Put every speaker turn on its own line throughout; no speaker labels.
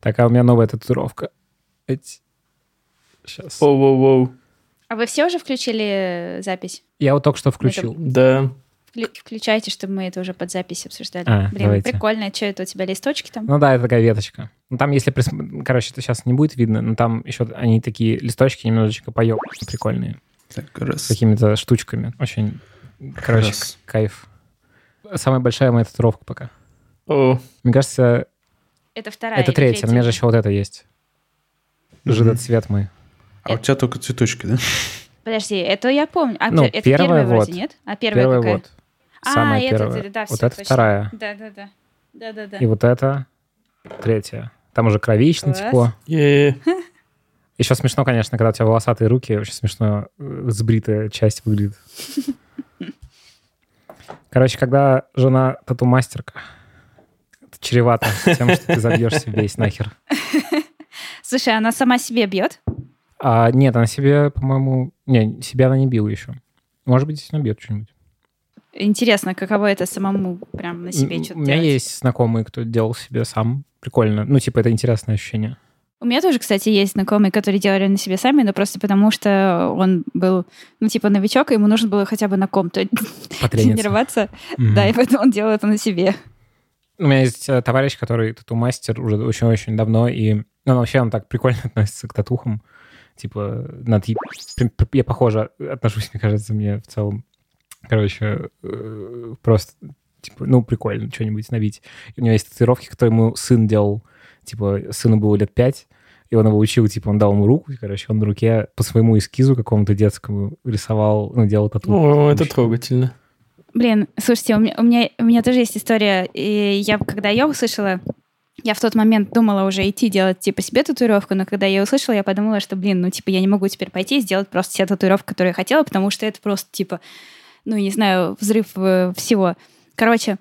Так, а у меня новая татуировка. Сейчас.
Воу-воу-воу.
А вы все уже включили запись?
Я вот только что включил.
Да.
Включайте, чтобы мы это уже под запись обсуждали. Блин,
давайте.
прикольно. Что это у тебя, листочки там?
Ну да, это такая веточка. Ну там, если... Короче, это сейчас не будет видно, но там еще они такие листочки немножечко прикольные.
Так, раз.
С какими-то штучками. Очень, короче, кайф. Самая большая моя татуировка пока.
О.
Мне кажется...
Это вторая.
Это третья, но у меня же еще вот это есть. Жидоцвет мой.
А у тебя только цветочки, да?
Подожди, это я помню. А
Ну,
это
первая
вроде,
вот.
нет? А первая какая?
Вот. Самая первая.
Это, да,
вот
все,
это
точно.
вторая.
Да.
И вот это третья. Там уже кровично
Класс.
текло.
Е-е-е.
Еще смешно, конечно, когда у тебя волосатые руки, очень смешно сбритая часть выглядит. Короче, когда жена тату-мастерка, это чревато тем, что ты забьешься весь нахер.
Слушай, она сама себе бьет?
Нет, она себе, по-моему... Не, себя она не била еще. Может быть, здесь она бьет что-нибудь.
Интересно, каково это самому прям на себе что-то
У меня
делать?
есть знакомый, кто делал себе сам. Прикольно. Ну, типа, это интересное ощущение.
У меня тоже, кстати, есть знакомые, которые делали на себе сами, но просто потому, что он был, ну, типа, новичок, и ему нужно было хотя бы на ком-то тренироваться. Да, и поэтому он делал это на себе.
У меня есть товарищ, который тату-мастер уже очень-очень давно, и вообще он так прикольно относится к татухам. Типа, я похоже отношусь, мне кажется, мне в целом. Короче, просто, типа, ну, прикольно что-нибудь набить. И у него есть татуировки, которые ему сын делал. Типа, сыну было лет 5, и он его учил, типа, он дал ему руку, короче, он на руке по своему эскизу какому-то детскому рисовал, ну, делал тату.
О, это трогательно.
Блин, слушайте, у меня тоже есть история, и когда я услышала, я в тот момент думала уже идти делать, типа, себе татуировку, но когда я услышала, я подумала, что, блин, ну, типа, я не могу теперь пойти и сделать просто себе татуировку, которую я хотела, потому что это просто, типа, ну, не знаю, взрыв всего. Короче,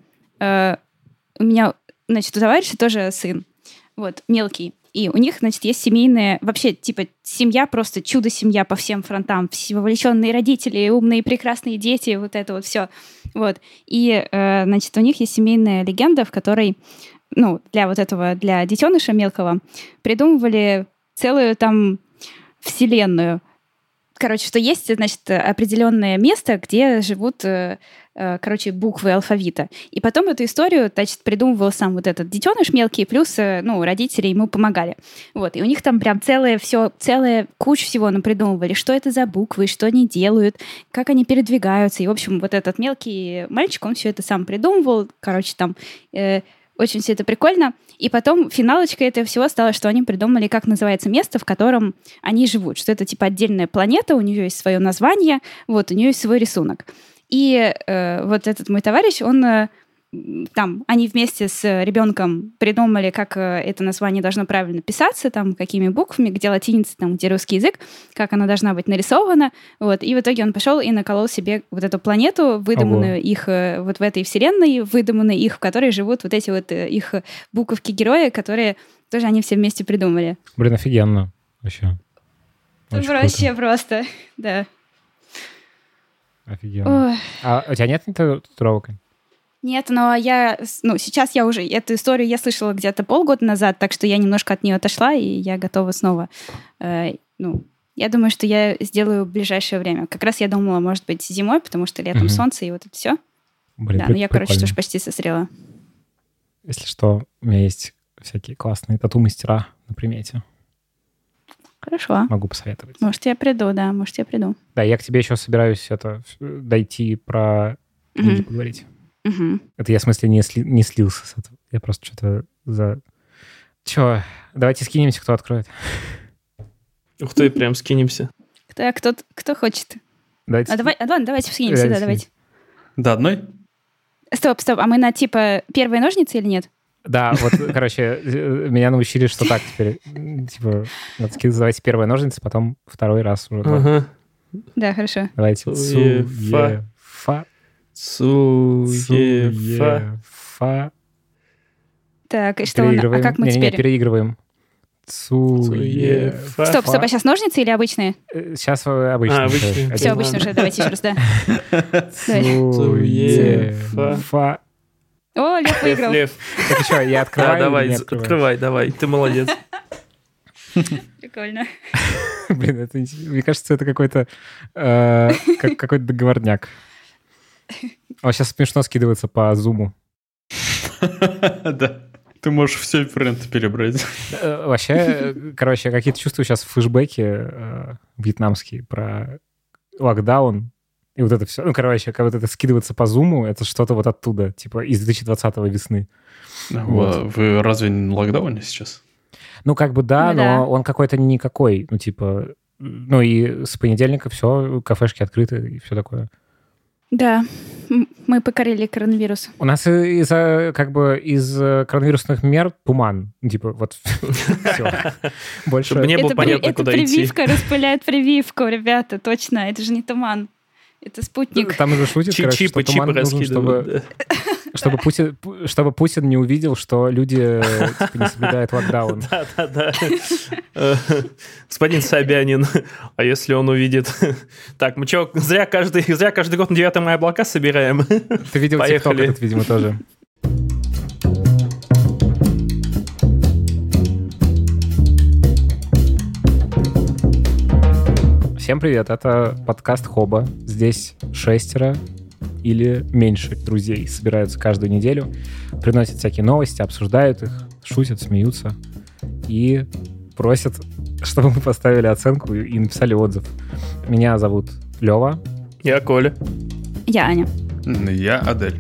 у меня, значит, у товарища тоже сын, вот, мелкий, и у них, значит, есть семейная, вообще, типа, семья просто чудо-семья по всем фронтам, все вовлеченные родители, умные, прекрасные дети, вот это вот все, вот. И, значит, у них есть семейная легенда, в которой, ну, для детеныша мелкого придумывали целую там вселенную. Короче, что есть, значит, определенное место, где живут, короче, буквы алфавита. И потом эту историю, значит, придумывал сам вот этот детеныш мелкий, плюс, ну, родители ему помогали. Вот, и у них там прям целая куча всего напридумывали, что это за буквы, что они делают, как они передвигаются. И, в общем, вот этот мелкий мальчик, он все это сам придумывал. Короче, там очень все это прикольно. И потом финалочкой этого всего стало, что они придумали, как называется место, в котором они живут. Что это типа отдельная планета, у нее есть свое название, вот, у нее есть свой рисунок. И вот этот мой товарищ, он там, они вместе с ребенком придумали, как это название должно правильно писаться, там, какими буквами, где латиница, там, где русский язык, как она должна быть нарисована, вот, и в итоге он пошел и наколол себе вот эту планету, выдуманную их вот в этой вселенной, выдуманную их, в которой живут вот эти вот их буковки-герои, которые тоже они все вместе придумали.
Блин, офигенно. Вообще.
Вообще просто, да.
Офигенно.
Ой.
А у тебя нет татуировок?
Нет, но сейчас я уже эту историю я слышала где-то полгода назад, так что я немножко от нее отошла, и я готова снова. Я думаю, что я сделаю в ближайшее время. Как раз я думала, может быть, зимой, потому что летом солнце и вот это все.
Блин,
да, но я, короче, тоже почти созрела.
Если что, у меня есть всякие классные тату-мастера на примете.
Хорошо.
Могу посоветовать.
Может, я приду, да, может, я приду.
Да, я к тебе еще собираюсь дойти про книги поговорить. Это я, в смысле, не слился с этого. Я просто что-то Че, давайте скинемся, кто откроет.
Ух ты, прям скинемся.
Кто хочет?
Давайте.
Ладно, давайте скинемся, да, давайте.
До одной?
Стоп, а мы на, типа, первые ножницы или нет?
Да, вот, короче, меня научили, что так теперь. Типа, надо скидывать, давайте первые ножницы, потом второй раз уже.
Ага.
Да, хорошо.
Давайте.
Цуефа. Цуефа.
Так, и что? А как мы теперь?
Переигрываем.
Цуефа.
Стоп, а сейчас ножницы или обычные?
Сейчас обычные.
Обычные.
Все, обычные уже, давайте еще раз, да.
Цуефа.
О, Лев выиграл.
Лев.
Так что, я
Да,
открываю
давай,
или не открываю?
открывай, давай, ты молодец.
Прикольно.
Блин, это, мне кажется, это какой-то какой-то договорняк. Он сейчас смешно скидывается по зуму.
Да. Ты можешь все принты перебрать.
Вообще, короче, я какие-то чувствую сейчас флешбеки вьетнамские про локдаун. И вот это все. Ну, короче, как вот это скидываться по зуму, это что-то вот оттуда, типа из 2020 весны.
Вы разве не на локдауне сейчас?
Ну, как бы да,
Ну, да.
но он какой-то никакой. Ну, типа, ну и с понедельника все, кафешки открыты и все такое.
Да, мы покорили коронавирус.
У нас из коронавирусных мер туман. Ну, типа, вот все. Больше...
Чтобы не было понятно,
Это
куда идти.
прививка распыляет прививку, ребята, точно. Это же не туман. Это спутник.
Там уже шутит, короче, что туман нужен, чтобы Путин не увидел, что люди типа, не соблюдают локдаун.
Да. Господин Собянин, а если он увидит... Так, мы что, зря каждый год на 9 мая облака собираем?
Ты видел ТикТок этот, видимо, тоже. Всем привет, это подкаст Хоба. Здесь 6 или меньше друзей собираются каждую неделю, приносят всякие новости, обсуждают их, шутят, смеются и просят, чтобы мы поставили оценку и написали отзыв. Меня зовут Лева.
Я Коля.
Я Аня.
Я Адель.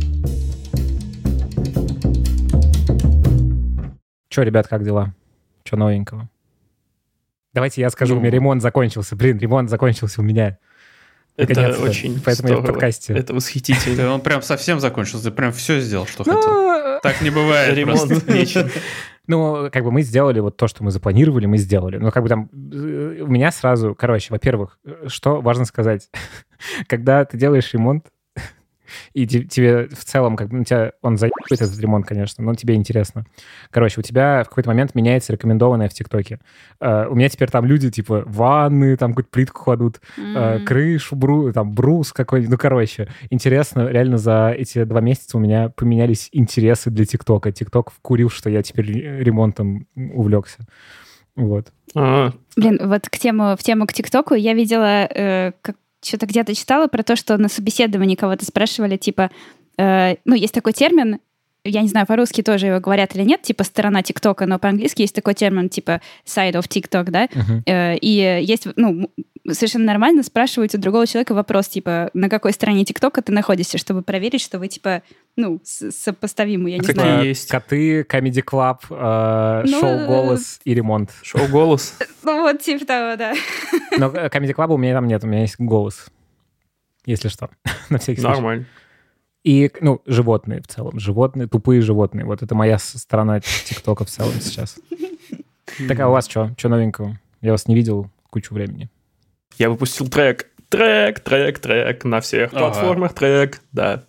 Че, ребят, как дела? Че новенького? Давайте я скажу, у меня ремонт закончился. Блин, ремонт закончился у меня.
Это
Наконец-то.
очень
Поэтому я в
здорово.
подкасте.
Это восхитительно.
Он прям совсем закончился. Ты прям все сделал, что хотел. Так не бывает
Ремонт
просто.
вечен.
Ну, как бы мы сделали вот то, что мы запланировали, мы сделали. Ну, как бы там у меня сразу... Короче, во-первых, что важно сказать. Когда ты делаешь ремонт, и тебе в целом, как бы, у тебя он заебает этот ремонт, конечно, но тебе интересно. Короче, у тебя в какой-то момент меняется рекомендованное в ТикТоке. У меня теперь там люди, типа, ванны, там какую-то плитку кладут, крышу, там брус какой-нибудь. Ну, короче, интересно, реально за эти 2 месяца у меня поменялись интересы для ТикТока. ТикТок вкурил, что я теперь ремонтом увлекся. Вот.
Блин, вот в тему к ТикТоку я видела, как что-то где-то читала про то, что на собеседовании кого-то спрашивали, типа, ну, есть такой термин, я не знаю, по-русски тоже его говорят или нет, типа сторона ТикТока, но по-английски есть такой термин, типа side of TikTok, да, и есть, ну, совершенно нормально спрашивать у другого человека вопрос, типа, на какой стороне ТикТока ты находишься, чтобы проверить, что вы, типа, ну, сопоставимы, я не
Такие
знаю.
есть.
Коты, Comedy Club, шоу «Голос» и ремонт.
Шоу «Голос».
Ну, вот, типа того, да.
Но Comedy Club у меня там нет, у меня есть «Голос». Если что, на всякий случай.
Нормально.
И, ну, животные в целом. Животные, тупые животные. Вот это моя сторона ТикТока в целом сейчас. Так, а у вас что? Что новенького? Я вас не видел кучу времени.
Я выпустил трек на всех платформах, трек, да.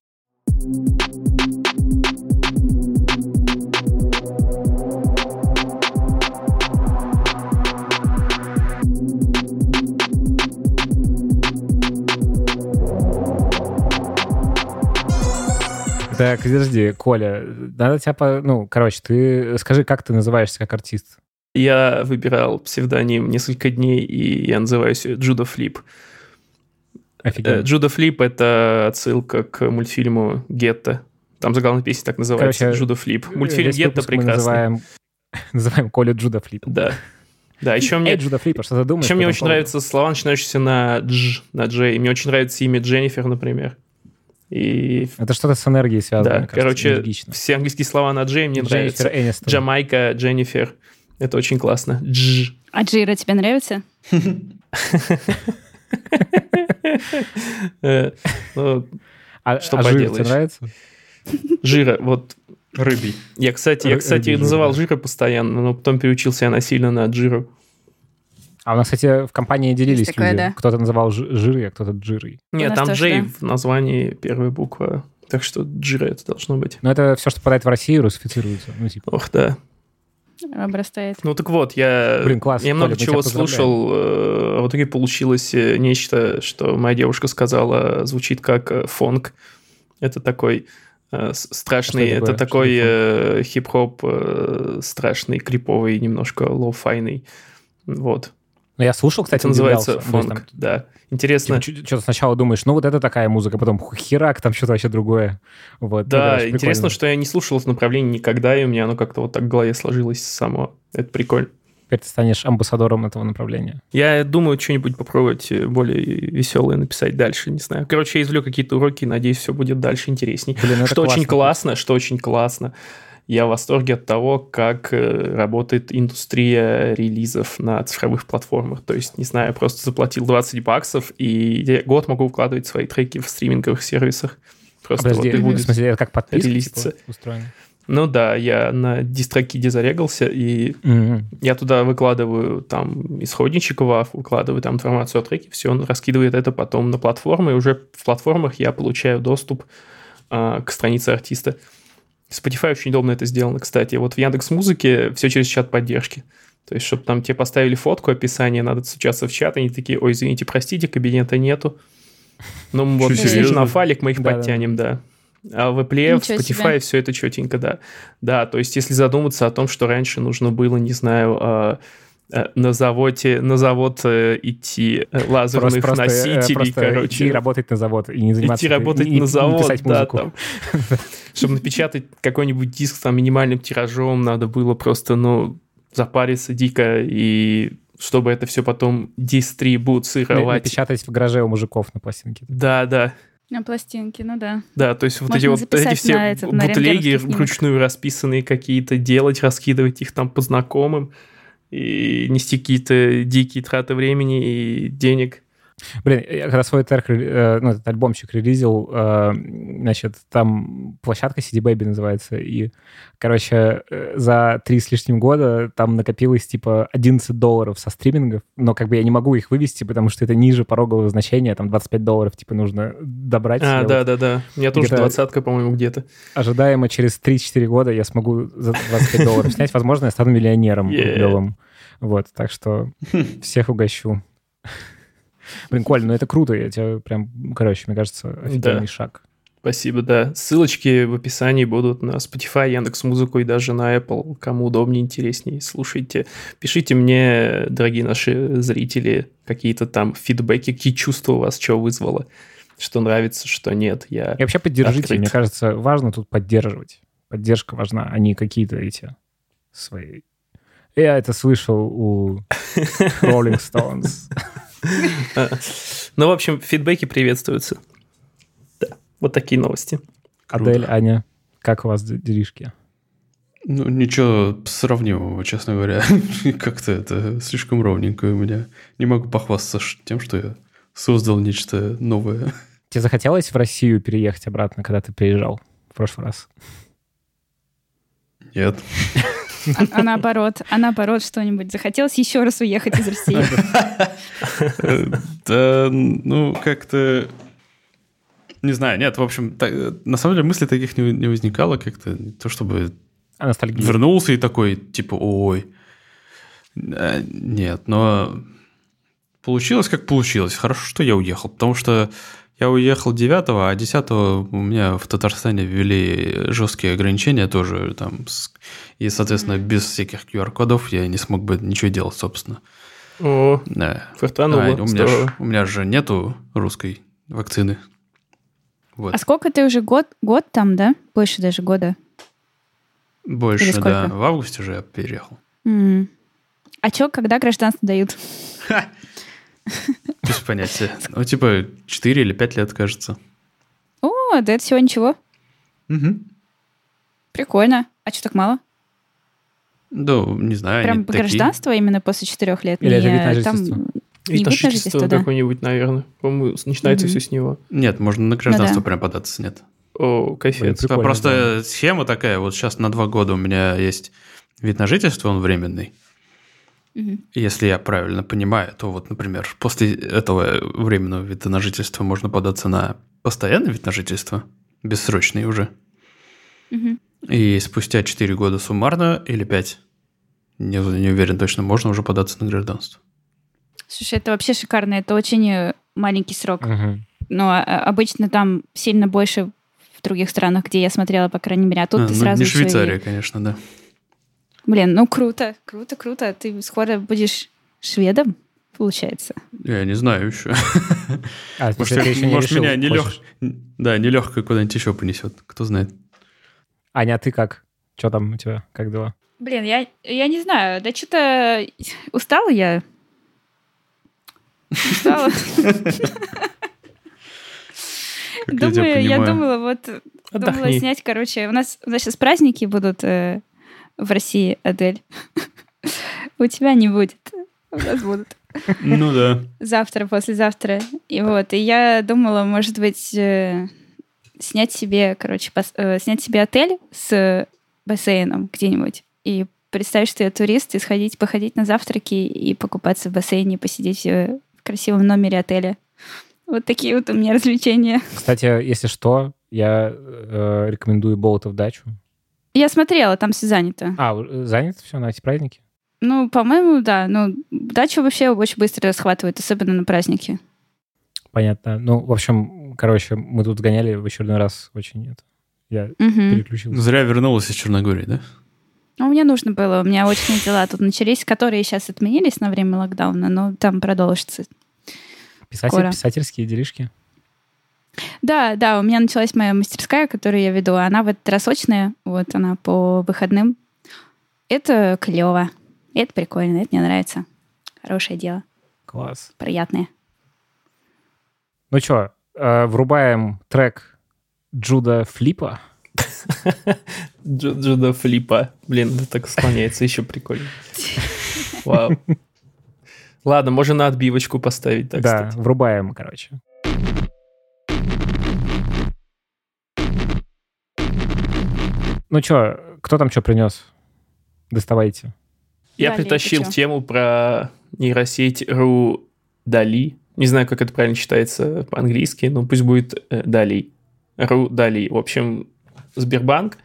Так, подожди, Коля, надо тебя... Ну, короче, ты скажи, как ты называешься как артист?
Я выбирал псевдоним несколько дней, и я называюсь Джудо Флип.
Офигенно.
Джудо Флип — это отсылка к мультфильму «Гетто». Там заглавная песня так называется,
Короче,
Джудо Флип. Мультфильм
весь
«Гетто»
выпуск мы
прекрасный.
называем Колю Джудо Флип.
Да. Да, еще мне...
Джудо Флип, а что ты думаешь?
Еще мне очень нравятся слова, начинающиеся на «дж», на «джей». Мне очень нравится имя Дженнифер, например. И...
Это что-то с энергией связано,
Да,
мне кажется,
короче,
энергично.
все английские слова на «джей» мне нравятся.
Дженнифер Энистон.
Джамайка, Дженнифер. Это очень классно. Дж.
А Джира тебе нравится?
А
что
жир тебе
поделаешь?
нравится?
Жира, вот.
Рыбий.
Я, кстати,
Рыбий
называл
жир,
жира постоянно, но потом переучился я насильно на джиру.
А у нас, кстати, в компании делились
Есть такое,
люди.
да.
Кто-то называл жирой, а кто-то джирой.
Нет,
нас
там
тоже,
Джей
да.
в названии первая буква. Так что джира это должно быть.
Но это все, что попадает в Россию, русифицируется. Ну, типа.
Ох, да.
Обрастает.
Ну так вот, я
Блин, класс,
я много
Коля, мы
чего
тебя поздравляем.
слушал, а в итоге получилось нечто, что моя девушка сказала, звучит как фонк. Это такой страшный,
А что
это такой хип-хоп страшный, криповый, немножко лоу-файный. Вот.
Ну, я слушал, кстати,
Это называется
удивлялся. То есть
фонк,
там,
да. Интересно.
типа, что-то сначала думаешь, ну вот это такая музыка, потом херак, там что-то вообще другое. Вот.
Да,
Ну, короче,
интересно,
прикольно.
что я не слушал это направление никогда, и у меня оно как-то вот так в голове сложилось само. Это прикольно.
Теперь ты станешь амбассадором этого направления.
Я думаю, что-нибудь попробовать более веселое написать дальше, не знаю. Короче, я извлек какие-то уроки, надеюсь, все будет дальше интересней.
Блин, это
Что очень классно. Я в восторге от того, как работает индустрия релизов на цифровых платформах. То есть, не знаю, я просто заплатил $20, и я год могу вкладывать свои треки в стриминговых сервисах. Просто
Подожди,
вот и будет
в смысле, это как подписка
релизиться.
типа, устроена?
Ну да, я на дистрокиде зарегался, и я туда выкладываю там исходничек WAV, выкладываю там информацию о треке, все, он раскидывает это потом на платформы, и уже в платформах я получаю доступ к странице артиста. Spotify очень удобно это сделано, кстати. Вот в Яндекс.Музыке все через чат поддержки. То есть, чтобы там тебе поставили фотку, описание, надо стучаться в чат, они такие, ой, извините, простите, кабинета нету. Ну вот,
серьезно?
на файлик мы их подтянем, да. А в Apple, в
Ничего
Spotify
себе.
все это четенько, да. Да, то есть, если задуматься о том, что раньше нужно было, не знаю, на завод идти лазерных носителей,
просто
короче.
идти работать на завод и не заниматься...
Идти работать
не
на завод,
писать
да,
музыку.
там. Чтобы напечатать какой-нибудь диск там минимальным тиражом, надо было просто, запариться дико, и чтобы это все потом дистрибуцировать.
Напечатать в гараже у мужиков на пластинке.
Да.
На пластинке, ну да.
Да, то есть вот
Можно
эти
записать
все
на этот, на
бутлеги
рентгеновский снимок.
вручную расписанные какие-то, делать, раскидывать их там по знакомым и нести какие-то дикие траты времени и денег.
Блин, я когда свой трек, этот альбомчик релизил, значит, там площадка CD Baby называется, и, короче, за 3 с лишним года там накопилось, типа, $11 со стримингов, но как бы я не могу их вывести, потому что это ниже порогового значения, там $25, типа, нужно добрать.
Да. У меня тоже
где-то
20-ка, по-моему, где-то.
Ожидаемо через 3-4 года я смогу за $25 снять. Возможно, я стану миллионером рублевым. Вот, так что всех угощу. Блин, Коль, ну это круто, я тебя прям, короче, мне кажется, офигенный шаг.
Спасибо, да. Ссылочки в описании будут на Spotify, Яндекс.Музыку и даже на Apple. Кому удобнее, интереснее, слушайте. Пишите мне, дорогие наши зрители, какие-то там фидбэки, какие чувства у вас, что вызвало, что нравится, что нет.
И вообще поддержите,
открыт.
мне кажется, важно тут поддерживать. Поддержка важна, а не какие-то эти свои... Я это слышал у Rolling Stones.
Ну, в общем, фидбэки приветствуются. Да, вот такие новости.
Адель, Аня, как у вас делишки?
Ну, ничего сравнимого, честно говоря. Как-то это слишком ровненько у меня. Не могу похвастаться тем, что я создал нечто новое.
Тебе захотелось в Россию переехать обратно, когда ты приезжал в прошлый раз?
Нет.
А наоборот, что-нибудь. Захотелось еще раз уехать из России.
Да, ну, как-то... Не знаю, нет, в общем, на самом деле мыслей таких не возникало как-то. Не то чтобы
Ностальгия.
вернулся и такой, типа, ой. Нет, но получилось, как получилось. Хорошо, что я уехал, потому что я уехал 9-го, а 10-го у меня в Татарстане ввели жесткие ограничения тоже там. И, соответственно, без всяких QR-кодов я не смог бы ничего делать, собственно.
О,
Да.
фартануло.
У меня же нету русской вакцины. Вот.
А сколько ты уже год там, да? Больше даже года. Или
Больше,
сколько?
да. В августе же я переехал.
А что, когда гражданство дают?
Без понятия. Ну, типа 4 или 5 лет, кажется.
О, да это всего ничего.
Угу.
Прикольно. А что так мало?
Да, не знаю.
Прям
они такие.
гражданство именно после 4 лет?
Или это
Не,
вид на
там
жительство?
не вид на жительство, да?
какой-нибудь, наверное. По-моему, начинается все с него.
Нет, можно на гражданство
да.
прям податься, нет.
О, кайфец.
Прикольно,
Просто схема такая, вот сейчас на 2 года у меня есть вид на жительство, он временный.
Мгм.
Если я правильно понимаю, то вот, например, после этого временного вида на жительство можно податься на постоянный вид на жительство, бессрочный уже.
Мгм.
И спустя 4 года суммарно или 5, не уверен точно, можно уже податься на гражданство.
Слушай, это вообще шикарно. Это очень маленький срок.
Мгм.
Но обычно там сильно больше других странах, где я смотрела, по крайней мере, а тут ты сразу...
Не Швейцария, конечно, да.
Блин, ну круто. Ты скоро будешь шведом, получается.
Я не знаю еще.
Может,
меня нелегко куда-нибудь еще понесет, кто знает.
Аня, а ты как? Что там у тебя? Как дела?
Блин, я не знаю. Да что-то устала я. Устала. Я думала снять, короче, у нас сейчас праздники будут в России, Адель. У тебя не будет. У нас будут.
Ну да.
Завтра, послезавтра. И я думала, может быть, снять себе отель с бассейном где-нибудь. И представить, что я турист, и походить на завтраки и покупаться в бассейне, посидеть в красивом номере отеля. Вот такие вот у меня развлечения.
Кстати, если что, я рекомендую Болотов дачу.
Я смотрела, там все занято.
Занято все на эти праздники?
Ну, по-моему, да. Ну, дачу вообще очень быстро расхватывают, особенно на праздники.
Понятно. Ну, в общем, короче, мы тут гоняли в очередной раз очень Я переключился.
Зря вернулась из Черногории, да?
Ну, мне нужно было. У меня очень дела тут начались, которые сейчас отменились на время локдауна, но там продолжится.
Писательские делишки?
Да, у меня началась моя мастерская, которую я веду. Она в этот раз очная, она по выходным. Это клево. Это прикольно, это мне нравится. Хорошее дело.
Класс.
Приятное.
Ну что, врубаем трек Джуда Флипа.
Джуда Флипа. Блин, это так склоняется, еще прикольно. Вау. Ладно, можно на отбивочку поставить. Так,
да, кстати. Врубаем, короче. Ну что, кто там что принес? Доставайте.
Я притащил тему про нейросеть Ру Дали. Не знаю, как это правильно читается по-английски, но пусть будет Дали. Ру Дали. В общем, Сбербанк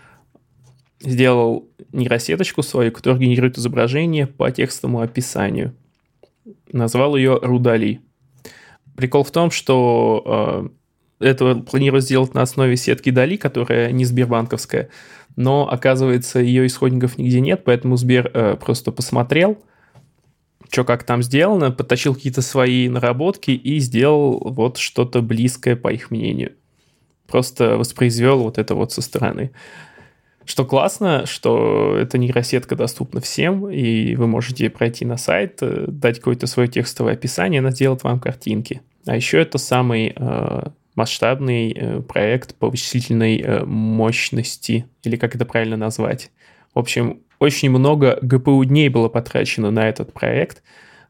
сделал нейросеточку свою, которая генерирует изображение по текстовому описанию. Назвал ее Ру Дали. Прикол в том, что это планирую сделать на основе сетки Дали, которая не сбербанковская, но, оказывается, ее исходников нигде нет, поэтому Сбер просто посмотрел, что как там сделано, подтащил какие-то свои наработки и сделал вот что-то близкое, по их мнению. Просто воспроизвел вот это вот со стороны. Что классно, что эта нейросетка доступна всем, и вы можете пройти на сайт, дать какое-то свое текстовое описание, она сделает вам картинки. А еще это самый масштабный проект по вычислительной мощности, или как это правильно назвать. В общем, очень много ГПУ-дней было потрачено на этот проект.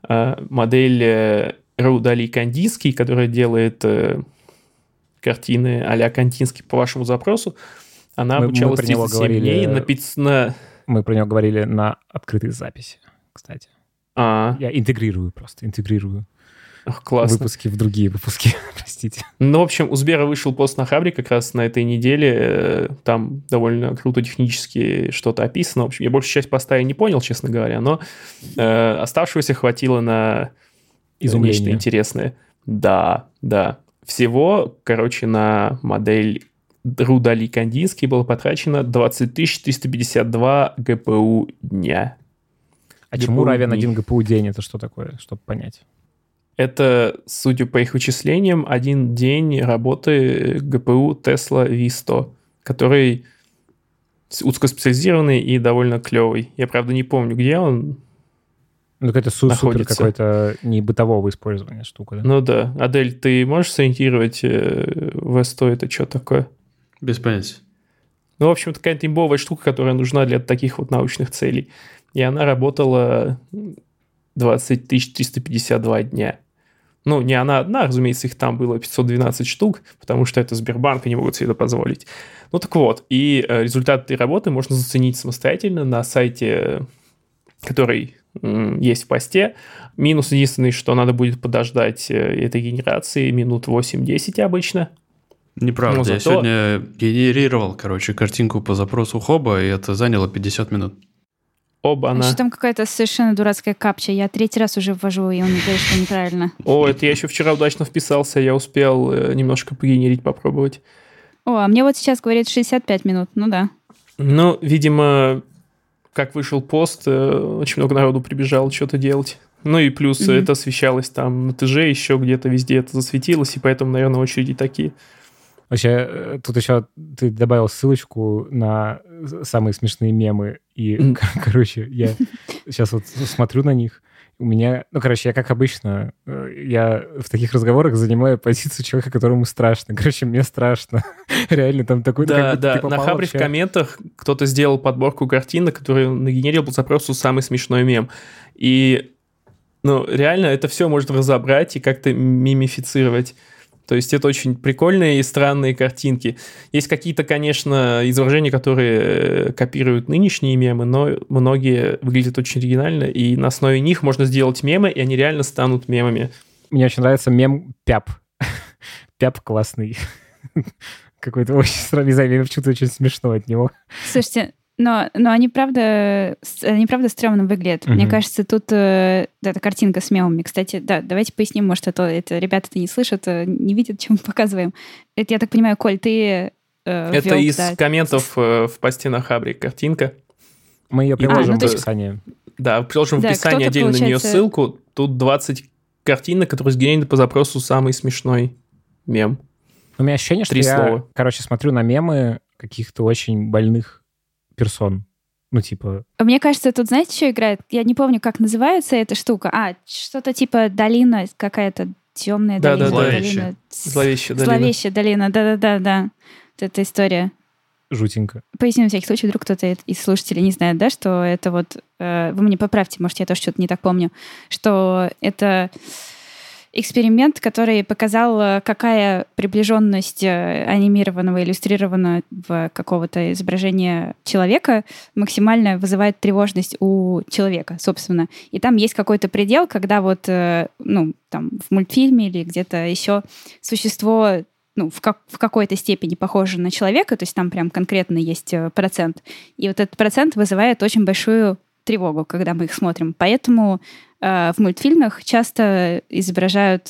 Модель Ру Дали Кандинский, которая делает картины а-ля Кандинский по вашему запросу, она обучалась 37 дней на...
Мы про него говорили на открытой записи, кстати. Я интегрирую.
Классно.
Выпуски в другие выпуски, простите.
Ну, в общем, у Сбера вышел пост на Хабре как раз на этой неделе. Там довольно круто технически что-то описано. В общем, я большую часть поста не понял, честно говоря, но оставшегося хватило на нечто интересное. Да. Всего, короче, на модель Ру Дали Кандинский было потрачено 20 352 ГПУ дня.
А чему равен 1 ГПУ день? Это что такое, чтобы понять?
Это, судя по их вычислениям, 1 день работы ГПУ Tesla V100, который узкоспециализированный и довольно клевый. Я, правда, не помню, где он.
Ну, это супер какой-то не бытового использования штука, да?
Ну да. Адель, ты можешь сориентировать V100 это что такое?
Без понятия.
Ну, в общем, это какая-то имбовая штука, которая нужна для таких вот научных целей. И она работала 20 352 дня. Ну, не она одна, разумеется, их там было 512 штук, потому что это Сбербанк, и не могут себе это позволить. Ну, так вот, и результат этой работы можно заценить самостоятельно на сайте, который есть в посте. Минус единственный, что надо будет подождать этой генерации минут 8-10 обычно.
Неправда, я сегодня генерировал, картинку по запросу Хоба, и это заняло 50 минут.
Оба-на.
Еще там какая-то совершенно дурацкая капча. Я 3-й раз уже ввожу, и он мне говорит, что неправильно.
Это я еще вчера удачно вписался, я успел немножко погенерить, попробовать.
О, а мне вот сейчас говорит 65 минут, ну да.
Ну, видимо, как вышел пост, очень много народу прибежало что-то делать. Ну и плюс это освещалось там на ТЖ, еще где-то везде это засветилось, и поэтому, наверное, очереди такие.
Вообще, тут еще ты добавил ссылочку на самые смешные мемы, и, короче, я сейчас вот смотрю на них, у меня, я как обычно, я в таких разговорах занимаю позицию человека, которому страшно. Короче, мне страшно. Реально там такой...
Да, на Хабре в комментах кто-то сделал подборку картинок, которые нагенерил по запросу «самый смешной мем». И, реально это все можно разобрать и как-то мимифицировать. То есть это очень прикольные и странные картинки. Есть какие-то, конечно, изображения, которые копируют нынешние мемы, но многие выглядят очень оригинально, и на основе них можно сделать мемы, и они реально станут мемами.
Мне очень нравится мем Пяп. Пяп классный. Какой-то очень странный, не знаю, мне почему-то очень смешно от него.
Слушайте, но они правда стрёмно выглядят. Мне кажется, тут эта картинка с мемами. Кстати, да, давайте поясним, может, это ребята-то не слышат, не видят, чем мы показываем. Это, я так понимаю, Коль, ты
это
ввёл,
из комментов в посте на Хабре картинка.
Мы ее приложим в описании.
Да, приложим в описании отдельно на нее ссылку. Тут 20 картинок, которые сгенерены по запросу «самый смешной мем».
У меня ощущение, что я, смотрю на мемы каких-то очень больных персон.
Мне кажется, тут, знаете, что играет? Я не помню, как называется эта штука. Что-то типа долина какая-то, темная долина.
Да. Зловещая долина.
Да. Вот эта история.
Жутенько.
Поясню на всякий случай, вдруг кто-то из слушателей не знает, да, что это вот... Вы меня поправьте, может, я тоже что-то не так помню. Что это... эксперимент, который показал, какая приближенность анимированного, иллюстрированного какого-то изображения человека максимально вызывает тревожность у человека, собственно. И там есть какой-то предел, когда вот, там в мультфильме или где-то еще существо в какой-то степени похоже на человека, то есть там прям конкретно есть процент. И вот этот процент вызывает очень большую тревогу, когда мы их смотрим. Поэтому в мультфильмах часто изображают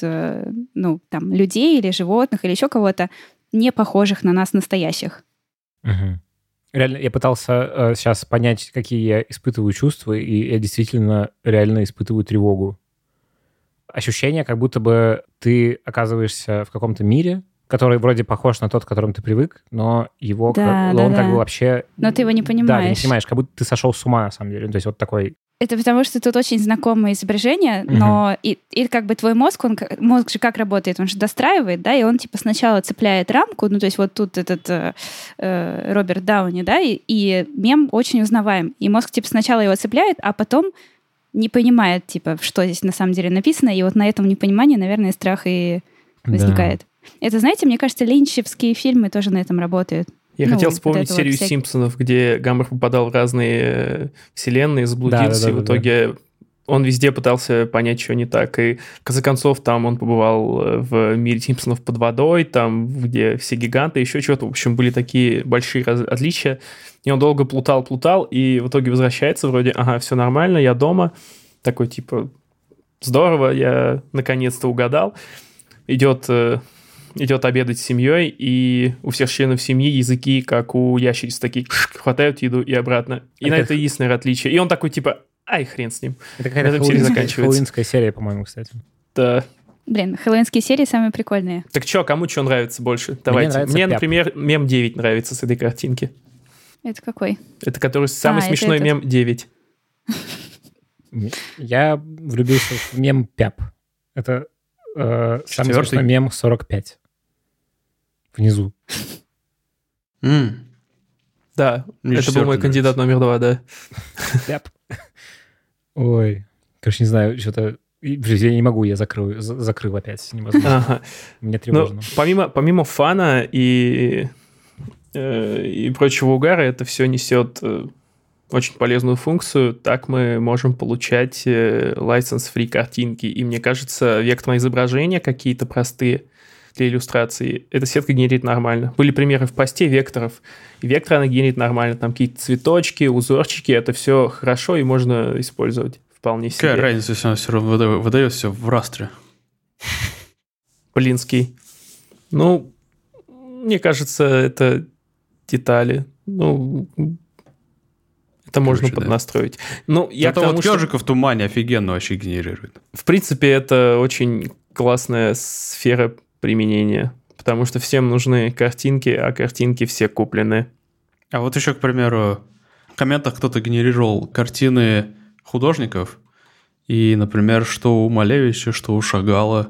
людей или животных, или еще кого-то, не похожих на нас настоящих.
Угу. Реально, я пытался сейчас понять, какие я испытываю чувства, и я действительно реально испытываю тревогу. Ощущение, как будто бы ты оказываешься в каком-то мире, который вроде похож на тот, к которому ты привык, но он как бы вообще...
Но ты его не понимаешь.
Да, ты не понимаешь, как будто ты сошел с ума, на самом деле. То есть вот такой...
Это потому, что тут очень знакомое изображение, но и как бы твой мозг же как работает? Он же достраивает, да, и он типа сначала цепляет рамку, то есть вот тут этот Роберт Дауни, да, и мем очень узнаваем. И мозг типа сначала его цепляет, а потом не понимает, типа, что здесь на самом деле написано, и вот на этом непонимании, наверное, страх и возникает. Да. Это, знаете, мне кажется, линчевские фильмы тоже на этом работают.
Я хотел вспомнить серию «Симпсонов», где Гамбер попадал в разные вселенные, заблудился, и в итоге он везде пытался понять, что не так. И в конце концов там он побывал в мире Симпсонов под водой, там, где все гиганты, еще что-то. В общем, были такие большие отличия. И он долго плутал, и в итоге возвращается вроде, все нормально, я дома. Такой типа, здорово, я наконец-то угадал. Идет обедать с семьей, и у всех членов семьи языки, как у ящериц, такие хватают еду и обратно. И на это единственное отличие. И он такой, типа, хрен с ним.
Это какая-то хэллоуинская серия, по-моему, кстати.
Да.
Блин, хэллоуинские серии самые прикольные.
Так кому что нравится больше? Давайте. Мне, например, мем 9 нравится с этой картинки.
Это какой?
Это который самый смешной мем 9.
Я влюбился в мем Пяп. Это самый смешной мем 45. Внизу.
Да, это был мой кандидат номер 2, да.
Пяп. Ой, короче, не знаю, что-то... Я не могу, я закрыл опять, невозможно.
Ага.
Мне тревожно.
Помимо фана и прочего угара, это все несет очень полезную функцию. Так мы можем получать license-free картинки. И мне кажется, векторные изображения какие-то простые для иллюстрации, эта сетка генерит нормально. Были примеры в посте векторов. И вектор она генерит нормально. Там какие-то цветочки, узорчики. Это все хорошо и можно использовать вполне себе.
Какая разница, если она все равно выдает все в растре?
Блинский. Мне кажется, это детали. Ну, это можно поднастроить. Ну, я
Зато вот ежика в тумане офигенно вообще генерирует.
В принципе, это очень классная сфера применения, потому что всем нужны картинки, а картинки все куплены.
А вот еще, к примеру, в комментах кто-то генерировал картины художников, и, например, что у Малевича, что у Шагала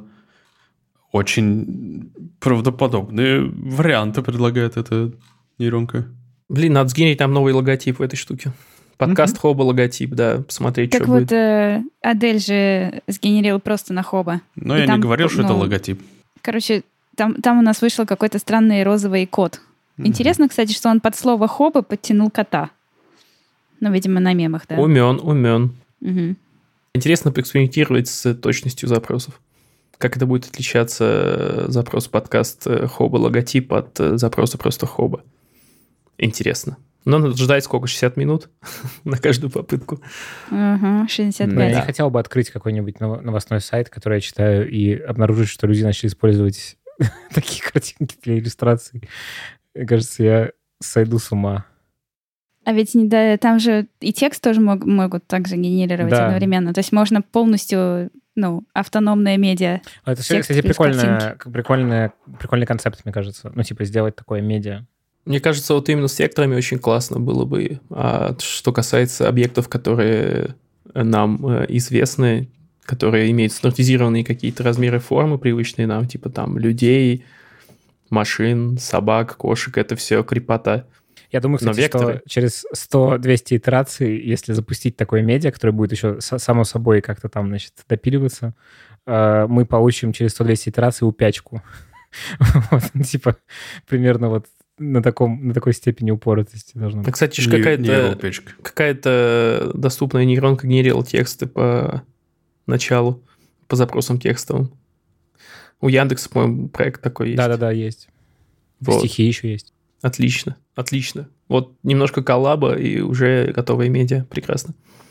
очень правдоподобные варианты предлагает эта нейронка.
Блин, надо сгенерить там новый логотип в этой штуке. Подкаст Хоба логотип, да, посмотреть,
так
что
вот,
будет.
Адель же сгенерил просто на Хоба.
Но я не говорил, что это логотип.
Короче, там у нас вышел какой-то странный розовый кот. Интересно, кстати, что он под слово «хоба» подтянул кота. Ну, видимо, на мемах, да.
Умен.
Угу.
Интересно поэкспериментировать с точностью запросов. Как это будет отличаться запрос подкаст Хоба логотип от запроса просто Хоба. Интересно. Но надо ждать сколько? 60 минут на каждую попытку.
65.
Я не хотел бы открыть какой-нибудь новостной сайт, который я читаю, и обнаружить, что люди начали использовать такие картинки для иллюстраций. Мне кажется, я сойду с ума.
А ведь да, там же и текст тоже могут также генерировать одновременно. То есть можно полностью, автономное медиа.
Это, кстати, прикольный концепт, мне кажется. Ну, типа, сделать такое медиа.
Мне кажется, вот именно с векторами очень классно было бы. А что касается объектов, которые нам известны, которые имеют стандартизированные какие-то размеры формы, привычные нам, типа там людей, машин, собак, кошек, это все крепота.
Я думаю, кстати, что через 100-200 итераций, если запустить такое медиа, которое будет еще само собой как-то там, значит, допиливаться, мы получим через 100-200 итераций упячку. Типа, примерно вот на такой степени упоротости должно быть.
Кстати, какая-то доступная нейронка генерировала тексты по началу, по запросам текстовым. У Яндекса, по-моему, проект такой есть.
Да-да-да, есть. Вот. Стихи еще есть.
Отлично. Вот немножко коллаба, и уже готовое медиа. Прекрасно.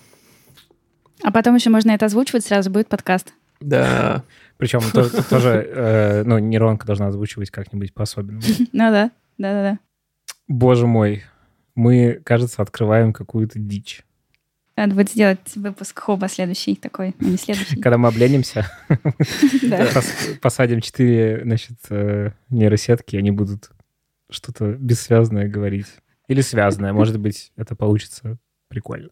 А потом еще можно это озвучивать, сразу будет подкаст.
Да.
Причем тоже нейронка должна озвучивать как-нибудь по-особенному.
Ну да. Да-да-да.
Боже мой, мы, кажется, открываем какую-то дичь.
Надо будет сделать выпуск Хоба следующий такой, а не следующий.
Когда мы обленимся, посадим 4, значит, нейросетки, они будут что-то бессвязное говорить. Или связанное. Может быть, это получится прикольно.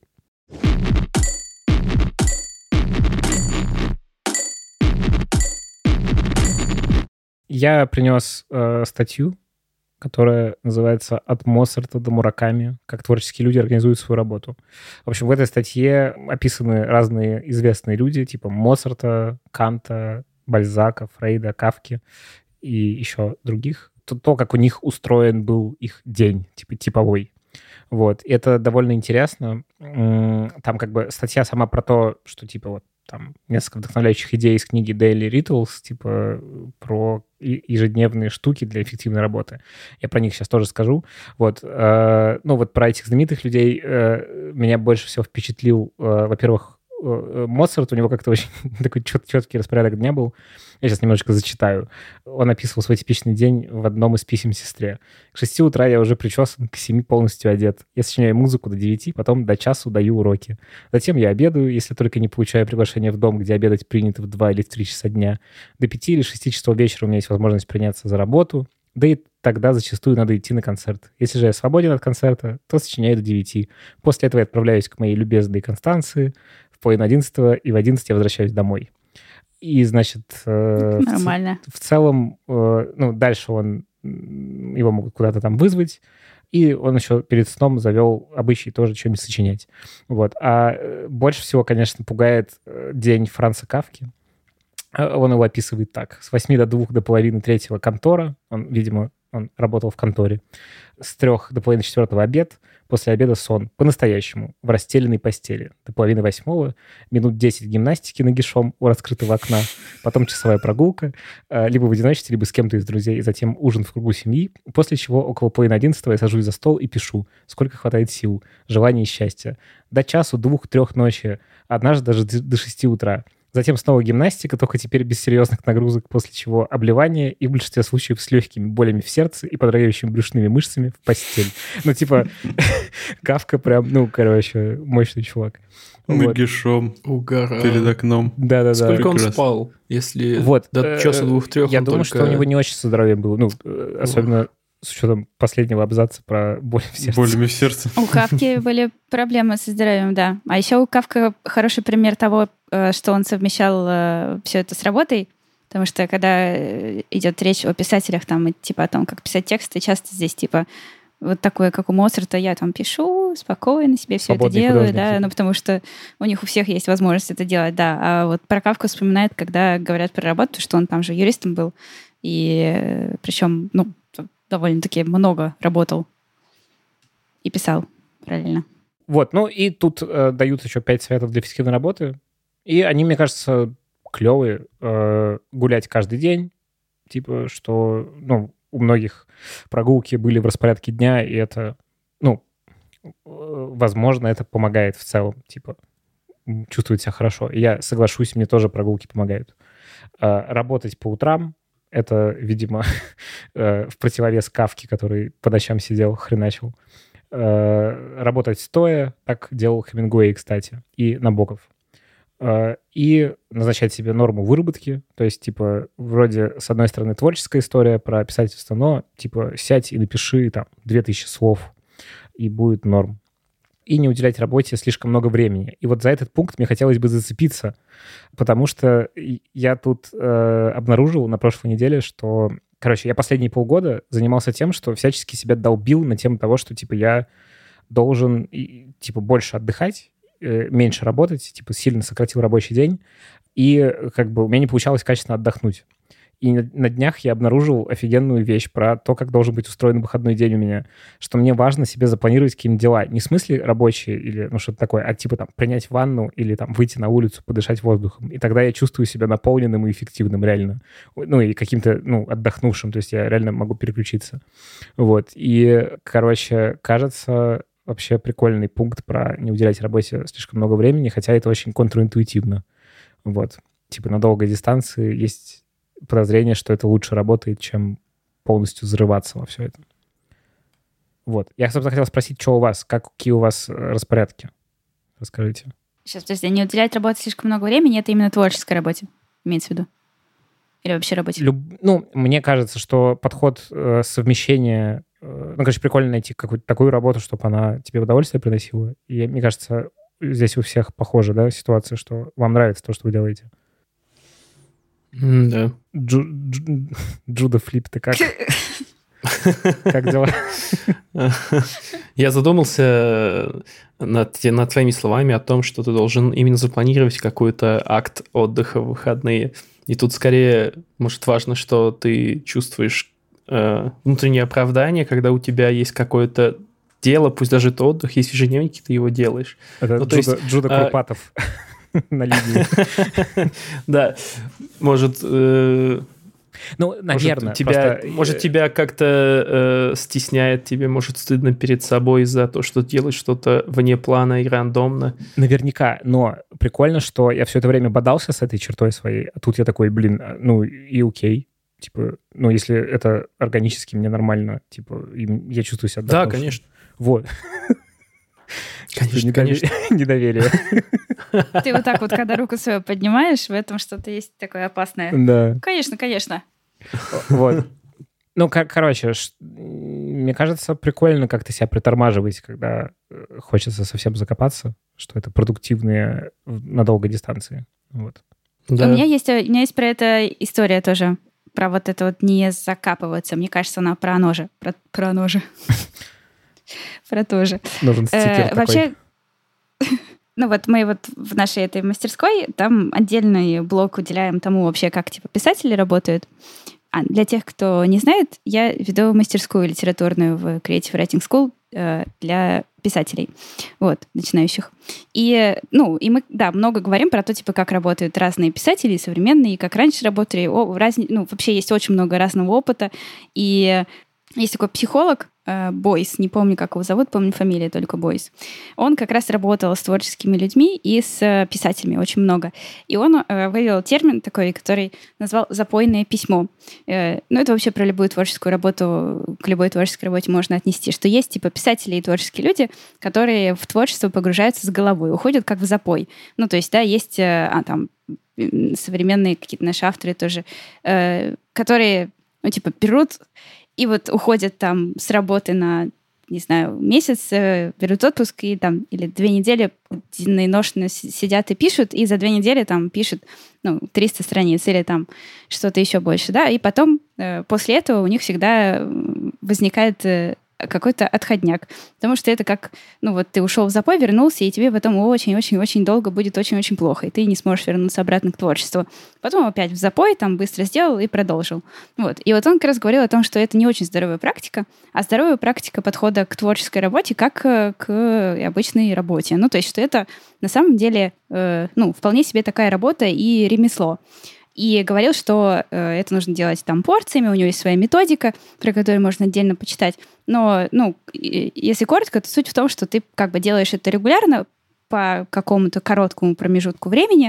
Я принес статью, которая называется «От Моцарта до Мураками. Как творческие люди организуют свою работу». В общем, в этой статье описаны разные известные люди, типа Моцарта, Канта, Бальзака, Фрейда, Кафки и еще других. То, как у них устроен был их день, типа типовой. Вот. И это довольно интересно. Там как бы статья сама про то, что типа вот там несколько вдохновляющих идей из книги Daily Rituals, типа про ежедневные штуки для эффективной работы. Я про них сейчас тоже скажу. Вот. Вот про этих знаменитых людей меня больше всего впечатлил, во-первых, Моцарт, у него как-то очень такой четкий распорядок дня был. Я сейчас немножечко зачитаю. Он описывал свой типичный день в одном из писем сестре. К 6 утра я уже причесан, к 7 полностью одет. Я сочиняю музыку до 9, потом до часу даю уроки. Затем я обедаю, если только не получаю приглашение в дом, где обедать принято в 2 или в 3 часа дня. До 5 или 6 часов вечера у меня есть возможность приняться за работу. Да и тогда зачастую надо идти на концерт. Если же я свободен от концерта, то сочиняю до 9. После этого я отправляюсь к моей любезной Констанции в половину 11, и в 11 я возвращаюсь домой. И, значит,
нормально.
В целом, дальше его могут куда-то там вызвать, и он еще перед сном завел обычай тоже что-нибудь сочинять. Вот. А больше всего, конечно, пугает день Франца Кафки. Он его описывает так. С 8 до 2 до половины 3 контора. Он работал в конторе. С 3 до половины 4 обед. После обеда сон. По-настоящему. В расстеленной постели. До половины 8 минут 10 гимнастики нагишом у раскрытого окна. Потом часовая прогулка. Либо в одиночестве, либо с кем-то из друзей. Затем ужин в кругу семьи. После чего около половины 11 я сажусь за стол и пишу. Сколько хватает сил, желания и счастья. До часу, 2-3 ночи. Однажды даже до 6 утра. Затем снова гимнастика, только теперь без серьезных нагрузок, после чего обливание и в большинстве случаев с легкими болями в сердце и подрагивающими брюшными мышцами в постель. Ну, типа, Кафка прям, мощный чувак.
Нагишом перед окном.
Да-да-да.
Сколько он спал, если до часа 2-3
Я думаю, что у него не очень со здоровьем было. Особенно с учетом последнего абзаца про боль в сердце.
Болями в сердце.
У Кафки были проблемы со здоровьем, да. А еще у Кафка хороший пример того, что он совмещал все это с работой, потому что когда идет речь о писателях, там, типа о том, как писать тексты, часто здесь, типа, вот такое, как у Моцарта, я там пишу, спокойно себе все это делаю, да, ну, потому что у них у всех есть возможность это делать, да. А вот про Кафку вспоминает, когда говорят про работу, что он там же юристом был, и причем, довольно-таки много работал и писал параллельно.
Вот, и тут дают еще 5 советов для эффективной работы, и они, мне кажется, клевые. Гулять каждый день, типа, что, у многих прогулки были в распорядке дня, и это, возможно, это помогает в целом, типа, чувствовать себя хорошо. И я соглашусь, мне тоже прогулки помогают. Работать по утрам, это, видимо, в противовес Кафке, который по ночам сидел, хреначил. Работать стоя, так делал Хемингуэй, кстати, и Набоков. И назначать себе норму выработки, то есть, типа, вроде, с одной стороны, творческая история про писательство, но, типа, сядь и напиши, там, 2000 слов, и будет норм. И не уделять работе слишком много времени. И вот за этот пункт мне хотелось бы зацепиться, потому что я тут обнаружил на прошлой неделе, что... Короче, я последние полгода занимался тем, что всячески себя долбил на тему того, что, типа, я должен, типа, больше отдыхать, меньше работать, типа, сильно сократил рабочий день, и, как бы, у меня не получалось качественно отдохнуть. И на днях я обнаружил офигенную вещь про то, как должен быть устроен выходной день у меня, что мне важно себе запланировать какие-нибудь дела. Не в смысле рабочие или что-то такое, а типа там принять ванну или там выйти на улицу, подышать воздухом. И тогда я чувствую себя наполненным и эффективным реально. И каким-то, отдохнувшим. То есть я реально могу переключиться. Вот. И, короче, кажется, вообще прикольный пункт про не уделять работе слишком много времени, хотя это очень контринтуитивно. Вот. Типа на долгой дистанции есть подозрение, что это лучше работает, чем полностью взрываться во все это. Вот. Я, собственно, хотел спросить, что у вас, какие у вас распорядки? Расскажите.
Сейчас, подожди, не уделять работе слишком много времени, это именно творческой работе, имеется в виду? Или вообще работе?
Мне кажется, что подход совмещения... прикольно найти какую-то такую работу, чтобы она тебе удовольствие приносила. И мне кажется, здесь у всех похожа, да, ситуация, что вам нравится то, что вы делаете.
Да.
Джуда Флип, ты как? Как дела?
Я задумался над твоими словами о том, что ты должен именно запланировать какой-то акт отдыха в выходные. И тут скорее, может, важно, что ты чувствуешь внутреннее оправдание, когда у тебя есть какое-то дело, пусть даже это отдых, есть в ежедневнике, ты его делаешь.
Это Джуда Курпатов. На линии.
Да, может...
наверное.
Может, тебя как-то стесняет, тебе может стыдно перед собой из-за того, что делаешь что-то вне плана и рандомно.
Наверняка, но прикольно, что я все это время бодался с этой чертой своей, а тут я такой, и окей. Типа, если это органически мне нормально, типа, я чувствую себя отдохнувшим.
Да, конечно.
Вот.
Конечно.
Недоверие.
Ты вот так вот, когда руку свою поднимаешь, в этом что-то есть такое опасное.
Да.
Конечно.
Вот. Короче, мне кажется, прикольно как-то себя притормаживать, когда хочется совсем закопаться, что это продуктивные на долгой дистанции. Вот.
Да. У меня есть про это история тоже. Про вот это вот не закапываться. Мне кажется, она про оно же. Про оно же. Про то же.
Нужен стикер такой.
Вообще, мы в нашей этой мастерской там отдельный блок уделяем тому вообще, как писатели работают. А для тех, кто не знает, я веду мастерскую литературную в Creative Writing School для писателей, начинающих. И мы, много говорим про то, как работают разные писатели, современные, и как раньше работали. Вообще есть очень много разного опыта. И Есть такой психолог, Бойс, не помню, как его зовут, помню фамилию, только Бойс. Он как раз работал с творческими людьми и с писателями очень много. И он вывел термин такой, который назвал «запойное письмо». Ну, это вообще про любую творческую работу, к любой творческой работе можно отнести, что есть типа писатели и творческие люди, которые в творчество погружаются с головой, уходят как в запой. Ну, то есть, да, есть там современные какие-то наши авторы тоже, которые, ну, типа, берут и вот уходят там с работы на, не знаю, месяц, берут отпуск и там, или 2 недели дневношно сидят и пишут, и за 2 недели там пишут, 300 страниц или там что-то еще больше, да, и потом после этого у них всегда возникает какой-то отходняк. Потому что это как, вот ты ушел в запой, вернулся, и тебе потом очень-очень-очень долго будет очень-очень плохо, и ты не сможешь вернуться обратно к творчеству. Потом опять в запой, там быстро сделал и продолжил. Вот. И вот он как раз говорил о том, что это не очень здоровая практика, а здоровая практика подхода к творческой работе как к обычной работе. Ну, то есть, что это на самом деле, вполне себе такая работа и ремесло. И говорил, что это нужно делать там порциями, у него есть своя методика, про которую можно отдельно почитать. Но, если коротко, то суть в том, что ты как бы делаешь это регулярно по какому-то короткому промежутку времени,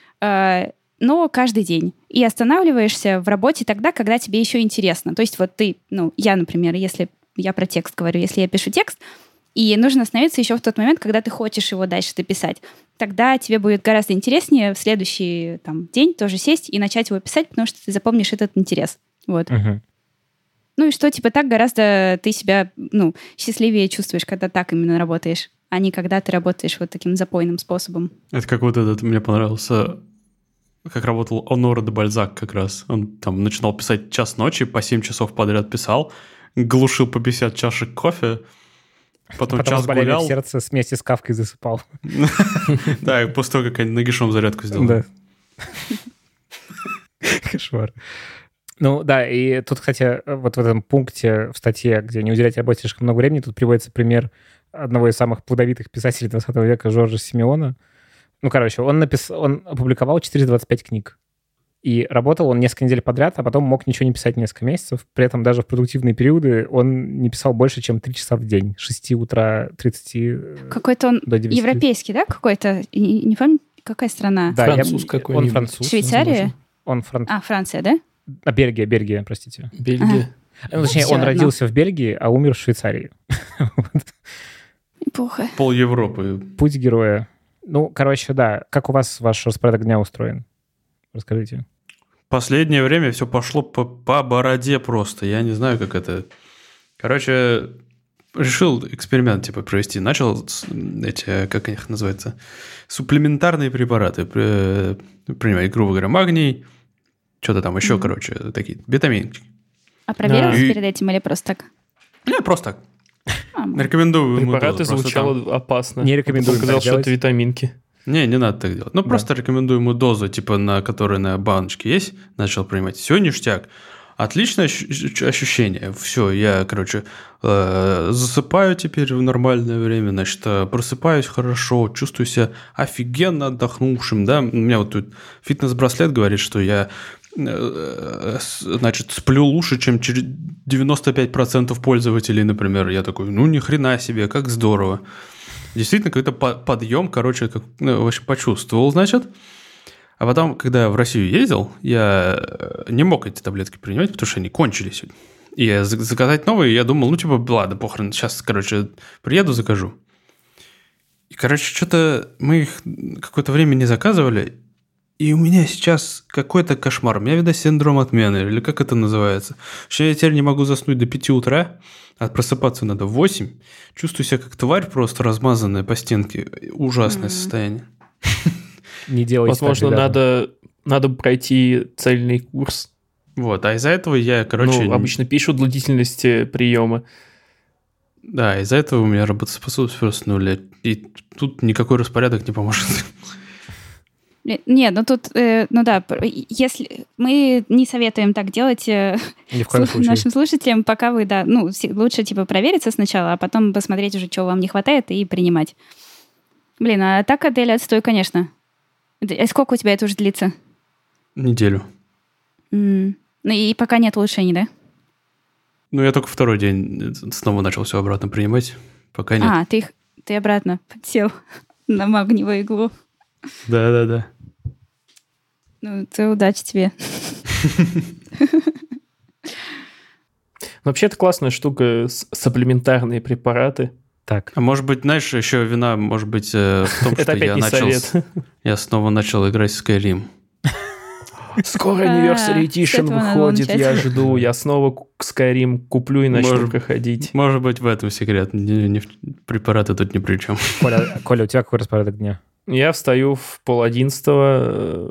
но каждый день. И останавливаешься в работе тогда, когда тебе еще интересно. То есть вот ты, я, например, если я про текст говорю, если я пишу текст, и нужно остановиться еще в тот момент, когда ты хочешь его дальше дописать. Тогда тебе будет гораздо интереснее в следующий день тоже сесть и начать его писать, потому что ты запомнишь этот интерес. Вот.
Угу.
Ну и что, типа, так гораздо ты себя, счастливее чувствуешь, когда так именно работаешь, а не когда ты работаешь вот таким запойным способом.
Это как вот этот, мне понравился, как работал Оноре де Бальзак как раз. Он там начинал писать час ночи, по 7 часов подряд писал, глушил по 50 чашек кофе, потом час гулял.
В сердце вместе с Кавкой засыпал.
Да, после того, как они нагишом зарядку сделали.
Кошмар. Ну да, и тут, кстати, вот в этом пункте в статье, где не уделять работе слишком много времени, тут приводится пример одного из самых плодовитых писателей 20 века, Жоржа Симеона. Он опубликовал 425 книг. И работал он несколько недель подряд, а потом мог ничего не писать несколько месяцев. При этом даже в продуктивные периоды он не писал больше, чем 3 часа в день. С 6 утра 30
какой-то он
до 9.
Европейский, да, какой-то? Не помню, какая страна?
Да,
француз какой-нибудь.
Он француз.
Швейцария?
Франция,
да?
Бельгия, простите.
Бельгия.
Точнее, он родился в Бельгии, а умер в Швейцарии.
Неплохо.
Пол Европы.
Путь героя. Да. Как у вас ваш распорядок дня устроен? Расскажите.
Последнее время все пошло по бороде просто. Я не знаю, как это... Короче, решил эксперимент провести. Начал как их называется, суплементарные препараты принимать, грубо говоря, магний, что-то там еще, такие витаминки.
А проверился перед этим или просто так?
Не, просто так. Рекомендую.
Препараты звучало опасно.
Не рекомендую.
Сказал, что это витаминки.
Не надо так делать. Просто рекомендую ему дозу, которая на баночке есть, начал принимать. Все ништяк. Отличное ощущение. Все, я, засыпаю теперь в нормальное время, просыпаюсь хорошо, чувствую себя офигенно отдохнувшим, да. У меня вот тут фитнес-браслет говорит, что я, сплю лучше, чем 95% пользователей, например. Я такой, ни хрена себе, как здорово. Действительно, какой-то подъем, в общем, почувствовал, значит. А потом, когда я в Россию ездил, я не мог эти таблетки принимать, потому что они кончились. И заказать новые, я думал, ладно, похрен, сейчас, приеду, закажу. И, что-то мы их какое-то время не заказывали, и у меня сейчас какой-то кошмар. У меня, видно, синдром отмены, или как это называется. Что я теперь не могу заснуть до 5 утра, а просыпаться надо в 8. Чувствую себя как тварь просто размазанная по стенке. Ужасное состояние.
Не делайте
возможно,
так,
надо пройти цельный курс.
Вот, а из-за этого я,
обычно пишут длительность приема.
Да, из-за этого у меня работоспособность просто нуля. И тут никакой распорядок не поможет.
Нет, тут, если мы не советуем так делать нашим слушателям, пока вы, лучше, провериться сначала, а потом посмотреть уже, чего вам не хватает, и принимать. Блин, а так Адель отстой, конечно. А сколько у тебя это уже длится?
Неделю.
И пока нет улучшений, да?
Ну, я только второй день снова начал все обратно принимать, пока нет.
Ты обратно подсел на магниевую иглу.
Да.
Ну, это удачи тебе.
Вообще, это классная штука, сапплементарные препараты.
Так.
А может быть, знаешь, еще вина может быть в том, что я снова начал играть в Skyrim.
Скоро Anniversary Edition выходит, я жду. Я снова Skyrim куплю и начну проходить.
Может быть, в этом секрет. Препараты тут ни при чем.
Коля, у тебя какой распорядок дня?
Я встаю в 10:30,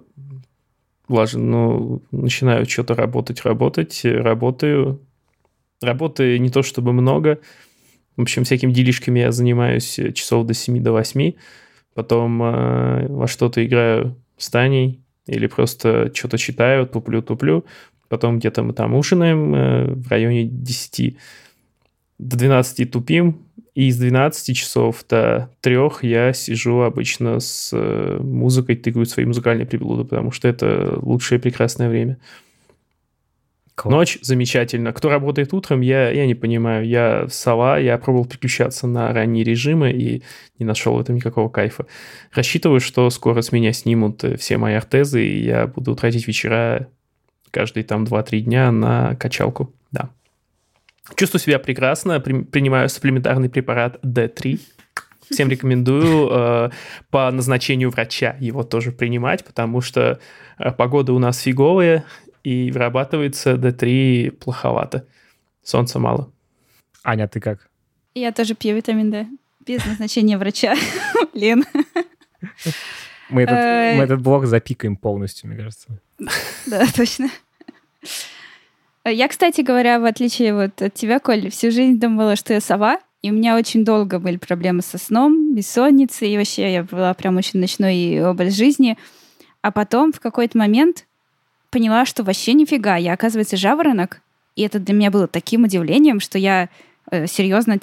начинаю что-то работать, работаю. Работы не то чтобы много. В общем, всякими делишками я занимаюсь часов до 7-8. Потом во что-то играю с Таней или просто что-то читаю, туплю. Потом где-то мы там ужинаем в районе 10. До 12 тупим. И с 12 часов до 3 я сижу обычно с музыкой, тыкаю свои музыкальные приблуды, потому что это лучшее прекрасное время. Cool. Ночь замечательно. Кто работает утром, я не понимаю. Я сова, я пробовал переключаться на ранние режимы и не нашел в этом никакого кайфа. Рассчитываю, что скоро с меня снимут все мои ортезы, и я буду тратить вечера каждые там 2-3 дня на качалку. Да. Чувствую себя прекрасно, принимаю сапплементарный препарат D3. Всем рекомендую по назначению врача его тоже принимать, потому что погода у нас фиговая, и вырабатывается D3 плоховато. Солнца мало.
Аня, ты как?
Я тоже пью витамин D. Без назначения врача. Лен.
Мы этот блок запикаем полностью, мне кажется.
Да, точно. Я, кстати говоря, в отличие вот от тебя, Коль, всю жизнь думала, что я сова, и у меня очень долго были проблемы со сном, бессонницей, и вообще я была прям очень ночной образ жизни. А потом в какой-то момент поняла, что вообще нифига, я, оказывается, жаворонок, и это для меня было таким удивлением, что я серьезно,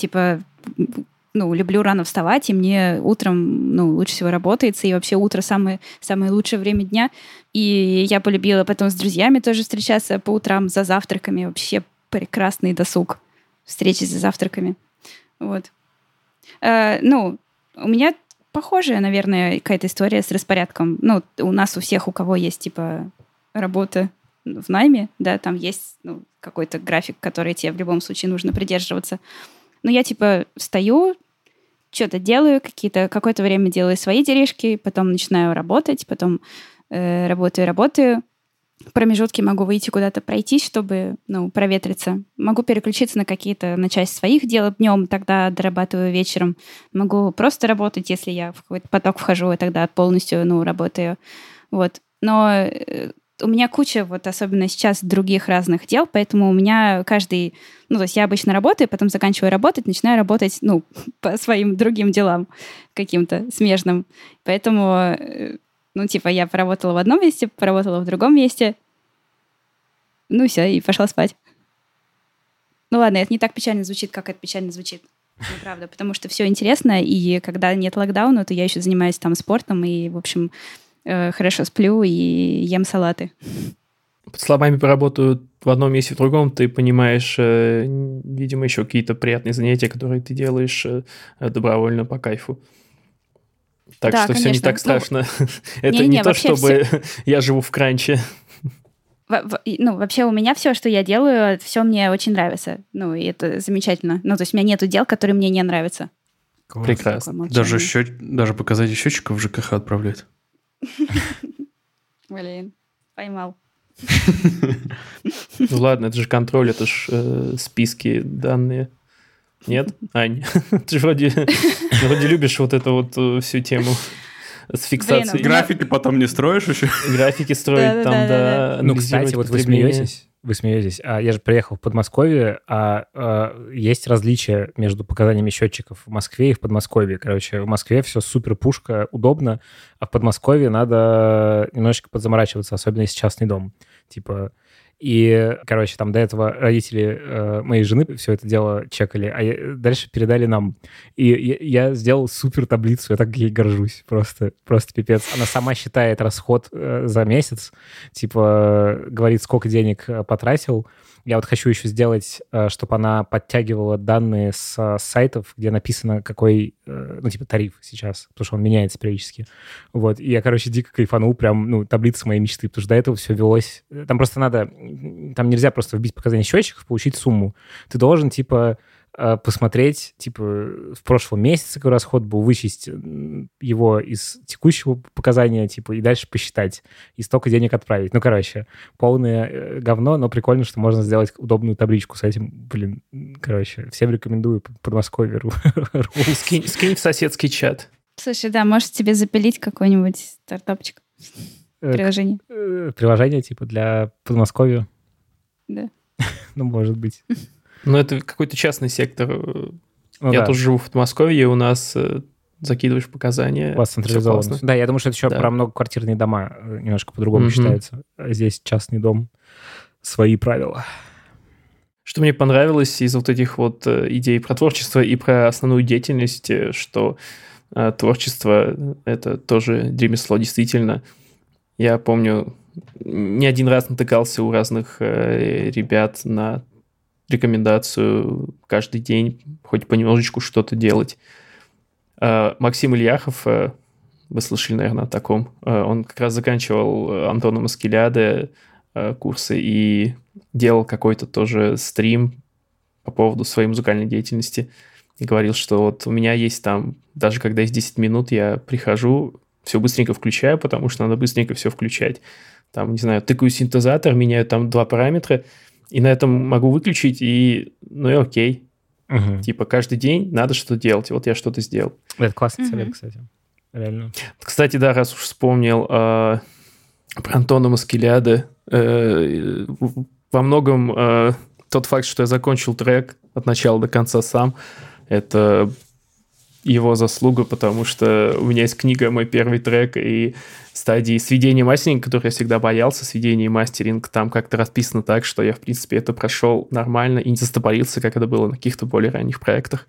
люблю рано вставать, и мне утром, лучше всего работается, и вообще утро самое лучшее время дня. И я полюбила потом с друзьями тоже встречаться по утрам за завтраками. Вообще прекрасный досуг. Встречи за завтраками. Вот. У меня похожая, наверное, какая-то история с распорядком. У нас у всех, у кого есть, работа в найме, да, там есть какой-то график, который тебе в любом случае нужно придерживаться. Но я, встаю, что-то делаю, какое-то время делаю свои делишки, потом начинаю работать, потом работаю. В промежутке могу выйти куда-то пройтись, чтобы, проветриться. Могу переключиться на часть своих дел днем, тогда дорабатываю вечером. Могу просто работать, если я в какой-то поток вхожу, и тогда полностью, работаю. Вот. Но у меня куча, особенно сейчас, других разных дел, поэтому у меня каждый... то есть я обычно работаю, потом заканчиваю работать, начинаю работать, по своим другим делам каким-то смежным. Поэтому, я поработала в одном месте, поработала в другом месте, все, и пошла спать. Ладно, это не так печально звучит, как это печально звучит. Правда, потому что все интересно, и когда нет локдауна, то я еще занимаюсь там спортом, и, в общем... хорошо сплю и ем салаты.
Под словами «поработаю в одном месте, в другом», ты понимаешь, видимо, еще какие-то приятные занятия, которые ты делаешь добровольно по кайфу. Так да, что конечно. Все не так страшно. Это не то, чтобы я живу в кранче.
Вообще у меня все, что я делаю, все мне очень нравится. И это замечательно. То есть у меня нету дел, которые мне не нравятся.
Класс. Прекрасно. Даже показатель счетчиков в ЖКХ отправляют.
Блин, поймал.
Ладно, это же контроль, это же списки, данные. Нет, Ань? Ты же вроде любишь вот эту всю тему с фиксацией.
Графики потом не строишь еще?
Графики строить там, да.
Кстати, вот вы смеетесь. Я же приехал в Подмосковье, есть различия между показаниями счетчиков в Москве и в Подмосковье. Короче, в Москве все супер пушка, удобно, а в Подмосковье надо немножечко подзаморачиваться, особенно если частный дом. И, там до этого родители моей жены все это дело чекали, а дальше передали нам. И я сделал супер таблицу, я так ей горжусь, просто пипец. Она сама считает расход за месяц, говорит, сколько денег потратил, Я вот хочу еще сделать, чтобы она подтягивала данные с сайтов, где написано, какой, тариф сейчас, потому что он меняется периодически. Вот. И я, дико кайфанул, прям, таблица моей мечты, потому что до этого все велось. Там просто там нельзя просто вбить показания счетчиков, получить сумму. Ты должен, посмотреть, в прошлом месяце какой расход был, вычесть его из текущего показания, и дальше посчитать, и столько денег отправить. Полное говно, но прикольно, что можно сделать удобную табличку с этим. Всем рекомендую Подмосковье.
Скинь в соседский чат.
Слушай, да, может тебе запилить какой-нибудь стартапчик, приложение.
Приложение, для Подмосковья?
Да.
Может быть.
Это какой-то частный сектор. Я тоже живу в Подмосковье, и у нас закидываешь показания.
У вас централизовано. Да, я думаю, что это еще про многоквартирные дома немножко по-другому считается. Здесь частный дом, свои правила.
Что мне понравилось из вот этих вот идей про творчество и про основную деятельность, что творчество — это тоже ремесло, действительно. Я помню, не один раз натыкался у разных ребят на рекомендацию каждый день хоть понемножечку что-то делать. Максим Ильяхов, вы слышали, наверное, о таком, он как раз заканчивал Антона Маскеляде курсы и делал какой-то тоже стрим по поводу своей музыкальной деятельности и говорил, что вот у меня есть там, даже когда есть 10 минут, я прихожу, все быстренько включаю, потому что надо быстренько все включать. Там, не знаю, тыкаю синтезатор, меняю там 2 параметра, и на этом могу выключить, и окей. Каждый день надо что-то делать. И вот я что-то сделал.
Это классный совет, кстати. Реально.
Кстати, да, раз уж вспомнил про Антона Маскеляде, во многом тот факт, что я закончил трек от начала до конца сам, это его заслуга, потому что у меня есть книга «Мой первый трек», и стадии сведения и мастеринга, которые я всегда боялся, сведение и мастеринг, там как-то расписано так, что я, в принципе, это прошел нормально и не застопорился, как это было на каких-то более ранних проектах.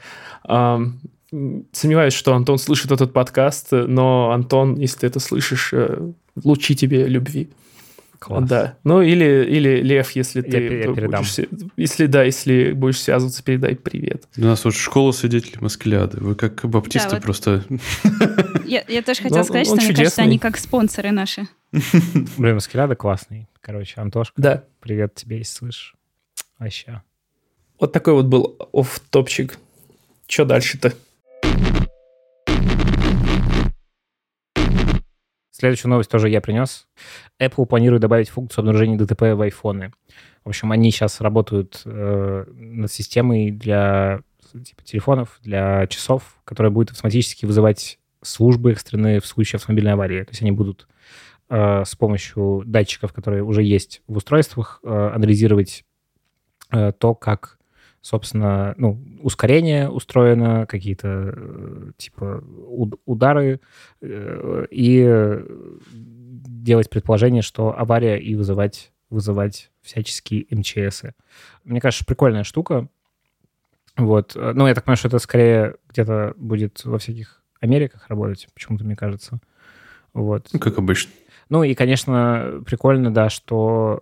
Сомневаюсь, что Антон слышит этот подкаст, но, Антон, если ты это слышишь, лучи тебе любви.
Класс.
Да. Или Лев, если ты
будешь...
если будешь связываться, передай привет.
У нас вот школа свидетелей Маскеляде. Вы как баптисты, да, просто...
Я тоже хотела сказать, что, мне кажется, они как спонсоры наши.
Блин, Маскеляде классный. Антошка,
да.
Привет тебе, если слышишь. Вообще.
Вот такой вот был офф-топчик. Что дальше-то?
Следующую новость тоже я принес. Apple планирует добавить функцию обнаружения ДТП в айфоны. В общем, они сейчас работают над системой для телефонов, для часов, которая будет автоматически вызывать службы экстренные в случае автомобильной аварии. То есть они будут с помощью датчиков, которые уже есть в устройствах, анализировать то, как, собственно, ускорение устроено, какие-то удары, и делать предположение, что авария, и вызывать всяческие МЧСы. Мне кажется, прикольная штука. Вот. Ну, я так понимаю, что это скорее где-то будет во всяких Америках работать, почему-то мне кажется. Вот.
Ну, как обычно.
Ну, и, конечно, прикольно, да, что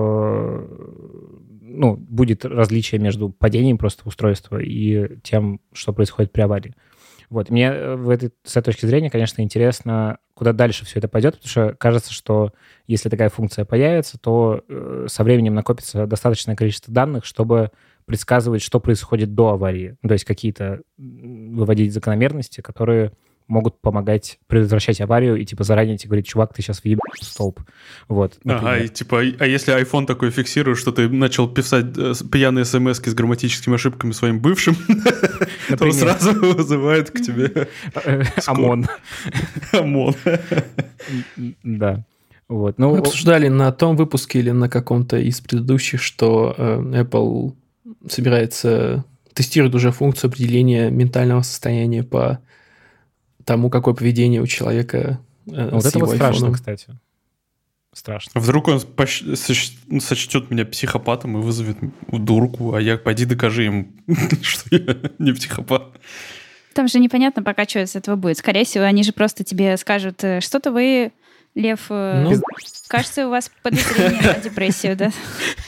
будет различие между падением просто устройства и тем, что происходит при аварии. Вот. Мне с этой точки зрения, конечно, интересно, куда дальше все это пойдет, потому что кажется, что если такая функция появится, то со временем накопится достаточное количество данных, чтобы предсказывать, что происходит до аварии. То есть какие-то выводить закономерности, которые могут помогать предотвращать аварию и заранее тебе говорить: чувак, ты сейчас въебешь в столб. Вот,
ага, и а если iPhone такой фиксирует, что ты начал писать пьяные смс-ки с грамматическими ошибками своим бывшим, то он сразу вызывает к тебе
ОМОН.
ОМОН.
Да. Вот.
Мы обсуждали на том выпуске или на каком-то из предыдущих, что Apple собирается тестирует уже функцию определения ментального состояния по тому, какое поведение у человека
вот это вот страшно, кстати. Страшно.
Вдруг он сочтет меня психопатом и вызовет дурку, а я пойди докажи ему, что я не психопат.
Там же непонятно пока, что из этого будет. Скорее всего, они же просто тебе скажут: что-то вы, Лев, кажется, у вас подозрение на депрессию, да?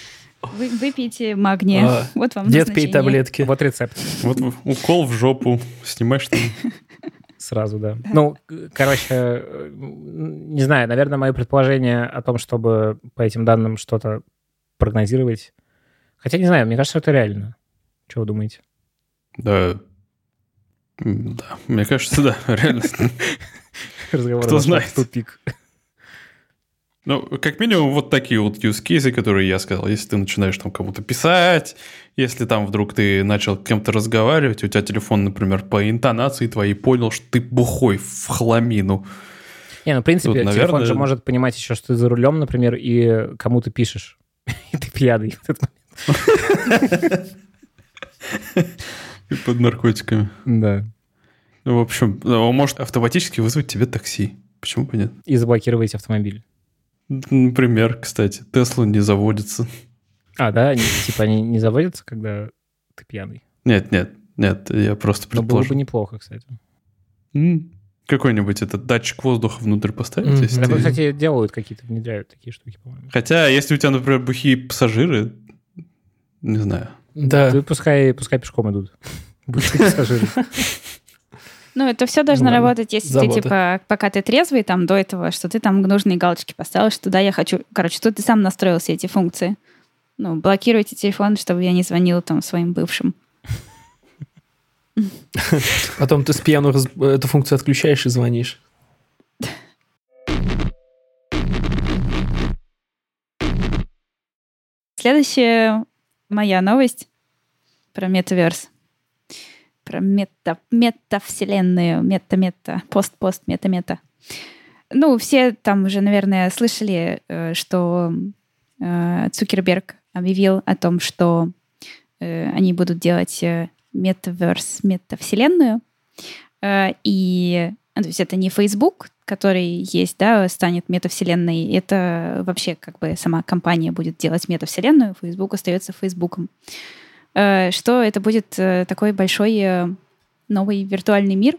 Выпейте магния. Вот вам
Дед, пей таблетки.
Вот рецепт.
Вот укол в жопу. Снимаешь там.
Сразу, да. Ну, короче, не знаю, наверное, мое предположение о том, чтобы по этим данным что-то прогнозировать. Хотя, не знаю, мне кажется, это реально. Что вы думаете?
Да. Да, мне кажется, да, реально.
Разговор
Кто знает.
в тупик.
Ну, как минимум, вот такие вот use cases, которые я сказал. Если ты начинаешь там кому-то писать, если там вдруг ты начал с кем-то разговаривать, у тебя телефон, например, по интонации твоей понял, что ты бухой в хламину.
Не, ну, в принципе,
Тут, наверное,
телефон же может понимать еще, что ты за рулем, например, и кому ты пишешь. И ты пьяный в этот момент.
И под наркотиками.
Да.
Ну, в общем, он может автоматически вызвать тебе такси. Почему бы нет?
И заблокировать автомобиль.
Например, кстати, Тесла не заводится.
А, да? Они не заводятся, когда ты пьяный?
Нет, я просто
Но было
предположил.
бы неплохо, кстати.
Какой-нибудь этот датчик воздуха внутрь поставить, если
Так,
ты...
кстати, делают какие-то, внедряют такие штуки, по-моему.
Хотя, если у тебя, например, бухие пассажиры, не знаю.
Да.
Да пускай пешком идут. Бухие пассажиры.
Ну, это все должно
Ладно.
работать, если
Заводы.
ты, типа, пока ты трезвый, там, до этого, что ты там нужные галочки поставил, что да, я хочу... Короче, что ты сам настроил все эти функции. Ну, блокируйте телефон, чтобы я не звонила там своим бывшим.
Потом ты с пьяну эту функцию отключаешь и звонишь.
Следующая моя новость про метаверс. Про метавселенную, мета-мета, пост-пост, мета-мета. Ну, все там уже, наверное, слышали, что Цукерберг объявил о том, что они будут делать метаверс, метавселенную. И то есть это не Facebook, который есть, да, станет метавселенной. Это вообще как бы сама компания будет делать метавселенную, Facebook остается Фейсбуком. Что это будет такой большой новый виртуальный мир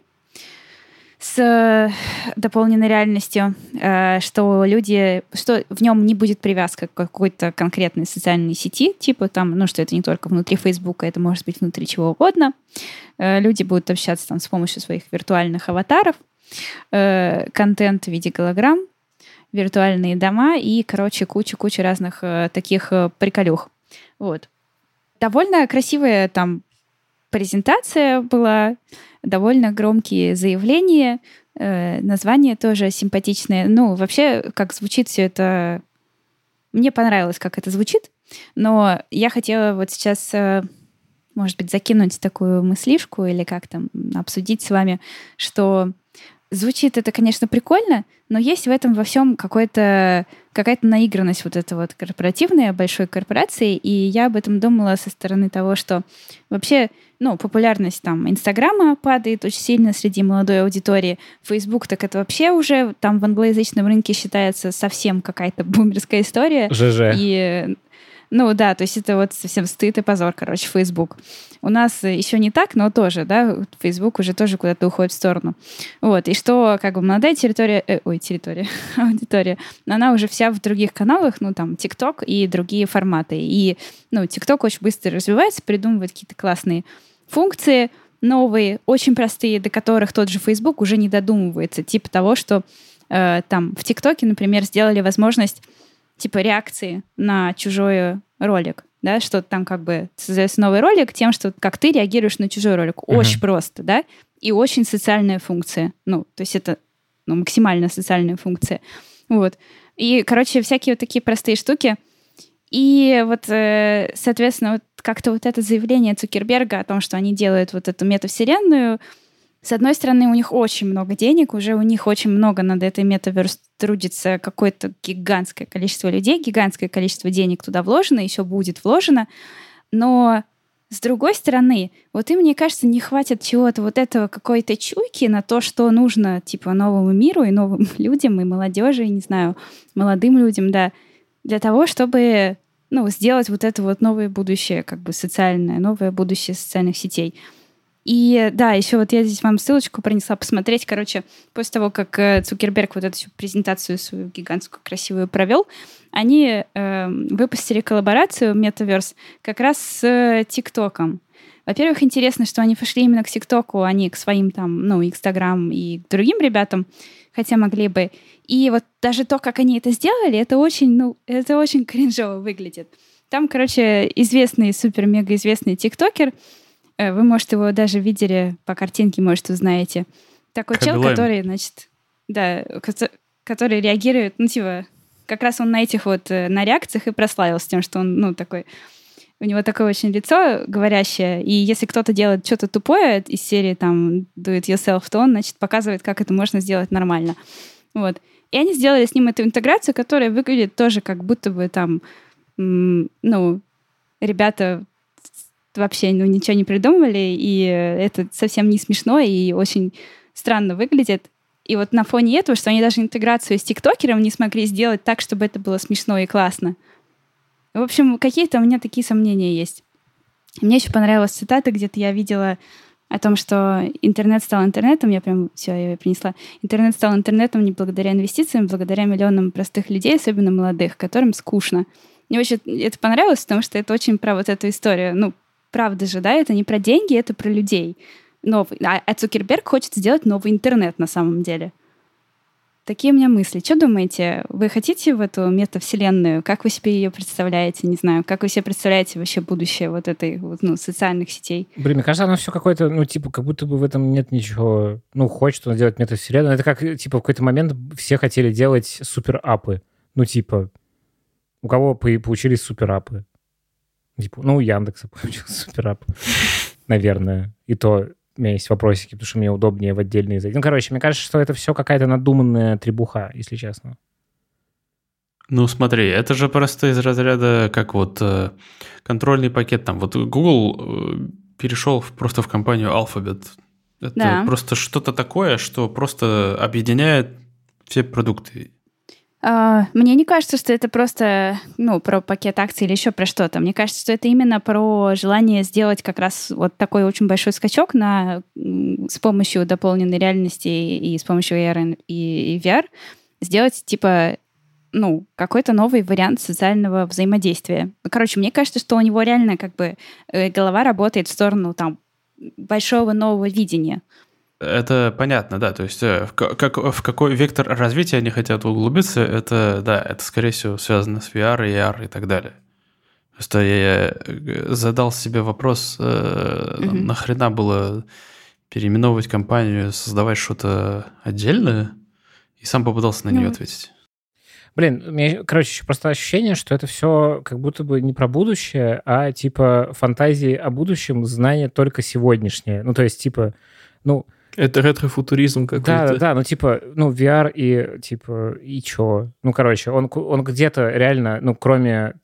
с дополненной реальностью, что в нем не будет привязка к какой-то конкретной социальной сети, типа там, ну, что это не только внутри Фейсбука, это может быть внутри чего угодно. Люди будут общаться там с помощью своих виртуальных аватаров, контент в виде голограмм, виртуальные дома и, короче, куча разных таких приколюх. Вот. Довольно красивая там презентация была, довольно громкие заявления, название тоже симпатичное. Ну, вообще, как звучит все это... Мне понравилось, как это звучит, но я хотела вот сейчас, может быть, закинуть такую мыслишку или как там обсудить с вами, что звучит это, конечно, прикольно, но есть в этом во всем какая-то наигранность вот эта вот корпоративная, большой корпорации, и я об этом думала со стороны того, что вообще, ну, популярность там Инстаграма падает очень сильно среди молодой аудитории. Фейсбук, так это вообще уже там в англоязычном рынке считается совсем какая-то бумерская история.
ЖЖ.
И, ну да, то есть это вот совсем стыд и позор, короче, Фейсбук. У нас еще не так, но тоже, да, Facebook уже тоже куда-то уходит в сторону. Вот, и что, как бы, молодая аудитория, она уже вся в других каналах, ну, там, TikTok и другие форматы. И, ну, TikTok очень быстро развивается, придумывает какие-то классные функции новые, очень простые, до которых тот же Facebook уже не додумывается. Типа того, что там в ТикТоке, например, сделали возможность типа реакции на чужой ролик, да, что там как бы создается новый ролик тем, что как ты реагируешь на чужой ролик. Очень просто, да, и очень социальная функция. Ну, то есть это максимально социальная функция. Вот. И, короче, всякие вот такие простые штуки. И вот, соответственно, вот как-то вот это заявление Цукерберга о том, что они делают вот эту метавселенную, с одной стороны, у них очень много денег, уже у них очень много над этой метаверс трудится какое-то гигантское количество людей, гигантское количество денег туда вложено, еще будет вложено. Но с другой стороны, вот им, мне кажется, не хватит чего-то вот этого, какой-то чуйки на то, что нужно типа новому миру и новым людям, и молодежи, и, не знаю, молодым людям, да, для того, чтобы, ну, сделать вот это вот новое будущее, как бы социальное, новое будущее социальных сетей. И да, еще вот я здесь вам ссылочку принесла посмотреть. Короче, после того, как Цукерберг вот эту всю презентацию свою гигантскую красивую провел, они выпустили коллаборацию Metaverse как раз с ТикТоком. Во-первых, интересно, что они пошли именно к ТикТоку, а не к своим там, Инстаграм и к другим ребятам, хотя могли бы. И вот даже то, как они это сделали, это очень кринжово выглядит. Там, короче, известный, супер-мега-известный тиктокер, вы, может, его даже видели по картинке, может, узнаете. Такой чел, который, значит, да, который реагирует, как раз он на этих вот, на реакциях и прославился тем, что он, такой, у него такое очень лицо говорящее, и если кто-то делает что-то тупое из серии, там, do it yourself, то он, значит, показывает, как это можно сделать нормально. Вот. И они сделали с ним эту интеграцию, которая выглядит тоже как будто бы там, ребята вообще ничего не придумывали, и это совсем не смешно и очень странно выглядит. И вот на фоне этого, что они даже интеграцию с тиктокером не смогли сделать так, чтобы это было смешно и классно. В общем, какие-то у меня такие сомнения есть. Мне еще понравилась цитата, где-то я видела о том, что интернет стал интернетом, я ее принесла. Интернет стал интернетом не благодаря инвестициям, благодаря миллионам простых людей, особенно молодых, которым скучно. Мне очень это понравилось, потому что это очень про вот эту историю. Правда же, да, это не про деньги, это про людей. А Цукерберг хочет сделать новый интернет на самом деле. Такие у меня мысли. Что думаете? Вы хотите в эту метавселенную? Как вы себе ее представляете? Не знаю. Как вы себе представляете вообще будущее вот этой социальных сетей?
Блин, мне кажется, оно все какое-то, как будто бы в этом нет ничего. Хочет он сделать метавселенную. Это как, в какой-то момент все хотели делать суперапы. У кого получились суперапы? У Яндекса получился суперап, наверное. И то у меня есть вопросики, потому что мне удобнее в отдельные зайти. Мне кажется, что это все какая-то надуманная требуха, если честно.
Смотри, это же просто из разряда, как контрольный пакет. Там Google перешел просто в компанию Alphabet. Это просто что-то такое, что просто объединяет все продукты.
Мне не кажется, что это просто, про пакет акций или еще про что-то. Мне кажется, что это именно про желание сделать как раз вот такой очень большой скачок с помощью дополненной реальности и с помощью AR и VR, сделать, какой-то новый вариант социального взаимодействия. Мне кажется, что у него реально голова работает в сторону большого нового видения.
Это понятно, да, то есть в какой вектор развития они хотят углубиться, это скорее всего связано с VR, AR и так далее. Просто я задал себе вопрос, нахрена было переименовывать компанию, создавать что-то отдельное, и сам попытался на нее ответить.
Блин, у меня, еще просто ощущение, что это все как будто бы не про будущее, а фантазии о будущем, знания только сегодняшнее. Это
ретро-футуризм какой-то.
Да, VR и чё? Он где-то реально, кроме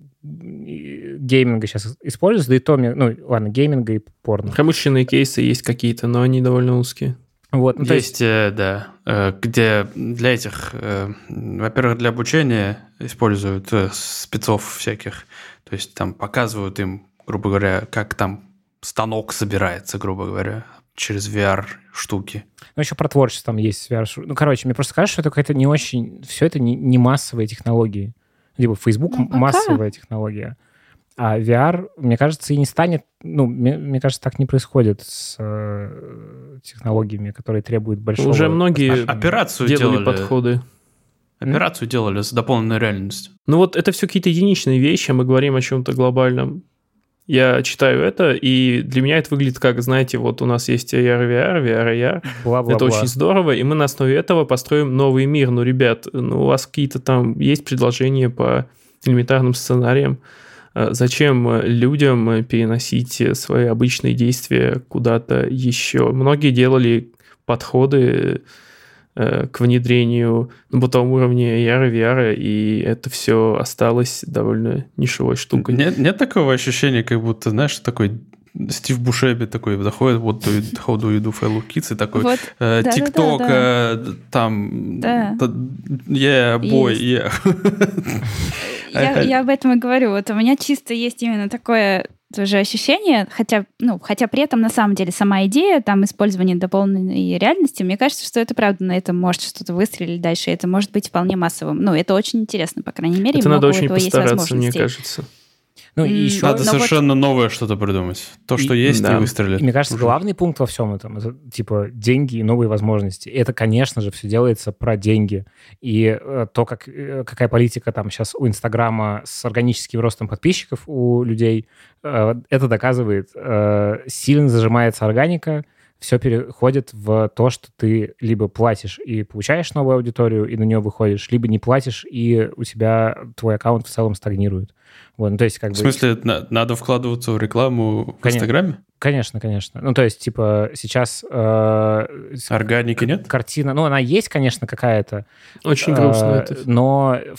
гейминга сейчас используется, да и то гейминга и порно.
Промышленные кейсы есть какие-то, но они довольно узкие.
Есть, да, где для этих, во-первых, для обучения используют спецов всяких, то есть там показывают им, грубо говоря, как там станок собирается, грубо говоря, через VR-штуки.
Еще про творчество там есть VR-штуки. Мне просто кажется, что это какая-то не очень... Все это не массовые технологии. Facebook массовая технология. А VR, мне кажется, и не станет... мне кажется, так не происходит с технологиями, которые требуют большого...
Уже многие
операцию
делали подходы.
Операцию делали с дополненной реальностью.
Это все какие-то единичные вещи, а мы говорим о чем-то глобальном. Я читаю это, и для меня это выглядит как, знаете, у нас есть AR, VR, AR. Это очень здорово, и мы на основе этого построим новый мир. Ребят, у вас какие-то там есть предложения по элементарным сценариям. Зачем людям переносить свои обычные действия куда-то еще? Многие делали подходы к внедрению на бытовом уровне AR и VR, и это все осталось довольно нишевой штукой.
Нет такого ощущения, как будто, знаешь, такой Стив Бушеми такой заходит, how do you do fellow kids, и такой TikTok, там, yeah, boy, yeah.
Я об этом и говорю. У меня чисто есть именно такое же ощущение, хотя при этом на самом деле сама идея там использования дополненной реальности, мне кажется, что это правда на этом может что-то выстрелить дальше, это может быть вполне массовым. Это очень интересно, по крайней мере.
Это надо очень постараться, мне кажется.
Еще
надо совершенно новое что-то придумать. То, что есть, и выстрелит.
И мне кажется, главный пункт во всем этом — это типа деньги и новые возможности. И это, конечно же, все делается про деньги. И то, какая политика там сейчас у Инстаграма с органическим ростом подписчиков у людей, это доказывает. Сильно зажимается органика, все переходит в то, что ты либо платишь и получаешь новую аудиторию, и на нее выходишь, либо не платишь, и у тебя твой аккаунт в целом стагнирует. То есть,
в смысле, надо вкладываться в рекламу в Инстаграме?
Конечно. То есть, типа, сейчас...
Органики нет?
Картина, она есть, конечно, какая-то.
Очень грустно это.
Но в